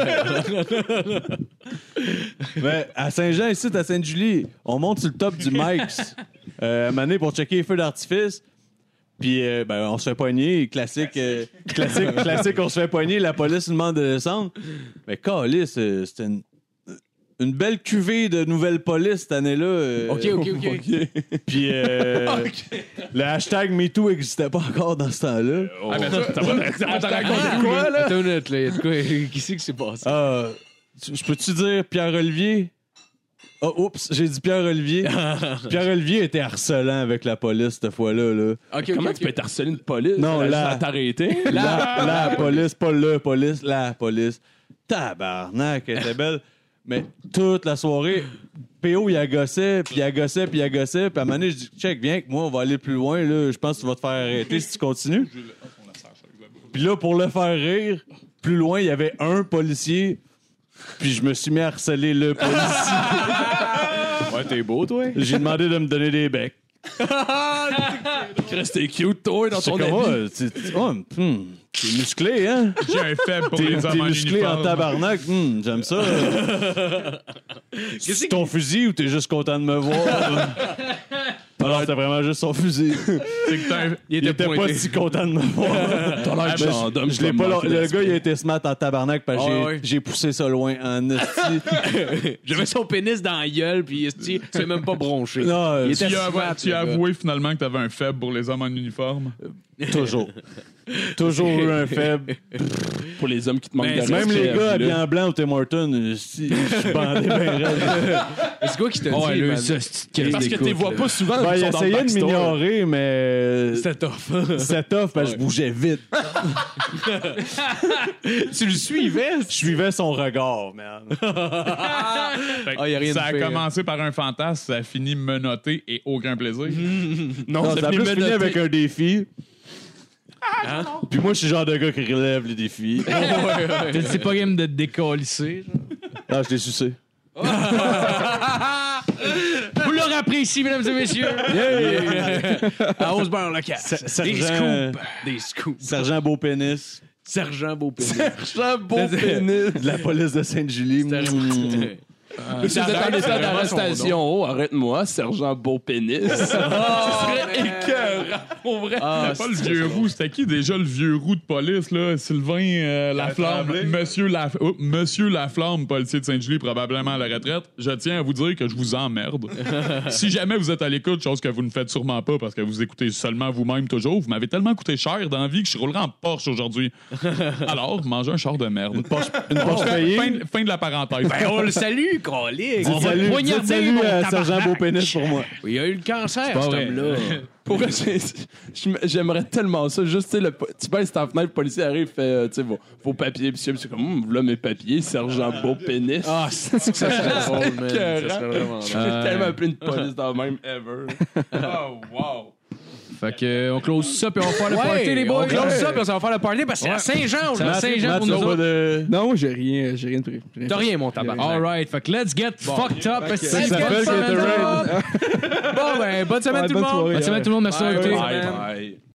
Mais à Saint-Jean, ici, à Sainte-Julie, on monte sur le top du Mike's euh, à un moment donné pour checker les feux d'artifice. Puis, euh, ben, on se fait pogner. Classique, euh, classique, classique, on se fait pogner. La police nous demande de descendre. Mais, câlisse, euh, c'était une, une belle cuvée de nouvelles polices cette année-là. euh, Ok, ok, ok. Puis, euh, le hashtag MeToo n'existait pas encore dans ce temps-là. Ah, ben ça, ça va ça va te raconter Quoi, là? Attends une minute, là. Il y a de quoi? Qui c'est qui s'est passé? Ah, tu- je peux-tu dire Pierre-Olivier? Oh, oups, j'ai dit Pierre-Olivier. Pierre-Olivier était harcelant avec la police cette fois-là. Là. Ok, Comment ok, tu peux ok. être harcelé une police? Non, Elle a là. juste à t'arrêter. La, la police, pas le police, la police. Tabarnak, elle était belle. Mais toute la soirée, P O, il agaçait, puis il agaçait, puis il agaçait. Puis à un moment donné, je dis, check, viens avec moi, on va aller plus loin. Là. Je pense que tu vas te faire arrêter si tu continues. Puis là, pour le faire rire, plus loin, il y avait un policier, puis je me suis mis à harceler le policier. Ouais, t'es beau, toi. J'ai demandé de me donner des becs. Chris, t'es cute, toi, dans C'est ton comme, habit. oh, tu- tu- oh, hmm, t'es musclé, hein? J'ai un faible pour T'es les hommes t'es en musclé en uniforme. tabarnak. Hmm, j'aime ça. C'est ton fusil ou t'es juste content de me voir? Alors, c'était vraiment juste son fusil. C'est que t'as un- Il était, pas si content de me voir. T'as l'air de Ben, gendarme, je, je l'ai comme pas, manqué le d'esprit. gars, il a été smart en tabarnak parce que Ah j'ai, ouais. j'ai poussé ça loin en esti. J'avais son pénis dans la gueule, puis tu sais même pas bronché. Non, Il euh, était Tu as, smart, tu le as gars. avoué finalement que t'avais un faible pour les hommes en uniforme. toujours. Toujours eu un faible. Pour les hommes qui te manquent Ben, de Même respect, les gars là. habillés en blanc au Tim Hortons, euh, si, je suis bandé bien raide. C'est quoi qui t'a Ouais, dit, là, man? ça, c'est Parce que t'es vois pas souvent. Ben, ils il sont dans le essayait de backstore. m'ignorer, mais C'était tough. c'était tough parce que je bougeais vite. Tu le suivais? Je suivais son regard, man. Fait que Ah, y a rien ça de a pire. commencé par un fantasme, ça a fini menotté et aucun plaisir. Non, Non, ça ça a finit plus fini menotté. avec un défi. Puis moi, je suis le genre de gars qui relève les défis. C'est pas game de te décalisser. genre. Ah, je l'ai sucé. Vous l'aurez appris ici, mesdames et messieurs. À Osborne local. Ser- Des sergent- scoops. Des scoops. Sergent Beau Pénis Sergent Beaupénis. Sergent Beau pénis. de la police de Sainte-Julie. Mm. Si vous êtes en état d'arrestation, oh, arrête-moi, Sergent Beau pénis. Ce serait écœurant, pour vrai. Ah, C'était pas le vieux roux, c'était qui déjà le vieux roux de police, là? Sylvain euh, Laflamme. Tremblay. Monsieur, Laf... oh, Monsieur Laflamme, policier de Sainte-Julie, probablement à la retraite. Je tiens à vous dire que je vous emmerde. Si jamais vous êtes à l'écoute, chose que vous ne faites sûrement pas parce que vous écoutez seulement vous-même toujours, vous m'avez tellement coûté cher dans la vie que je roulerai en Porsche aujourd'hui. Alors, mangez un char de merde. Une Porsche payée. Fin, fin de la parenthèse. Ben, on le salue, colique. Dites salut, dites poignarder, salut mon à tabarnak. Sergent Beau Pénis pour moi. Il a eu le cancer, pas cet vrai. homme-là. Pour vrai, j'ai- j'ai- j'aimerais tellement ça. Juste, tu sais, le po- tu baisses ta fenêtre, le policier arrive, fait, euh, tu sais, vos, vos papiers, puis c'est comme, hum, voilà mes papiers, Sergent Beau pénis. Ah, c'est que ça serait drôle, man. Ça écœurant. serait vraiment J'ai drôle. tellement appelé une police dans le même ever. Oh, wow. Fait que, euh, on close ça, puis on va faire le Ouais, party, les boys. on close ça, puis on s'en va faire le party parce que c'est à Saint-Jean. C'est à là. Saint-Jean Matt, pour nous t'as pas autres. de... Non, moi, j'ai rien, j'ai rien de prévu. T'as rien, mon tabac. All right, fait que let's get fucked up. que- C'est Ça bonne s'appelle semaine, Gatorade. tout le monde. Bon, ben, bonne semaine Ouais, tout le bonne monde. soirée. Bonne semaine tout le monde, merci d'avoir écouté. Bye, bye.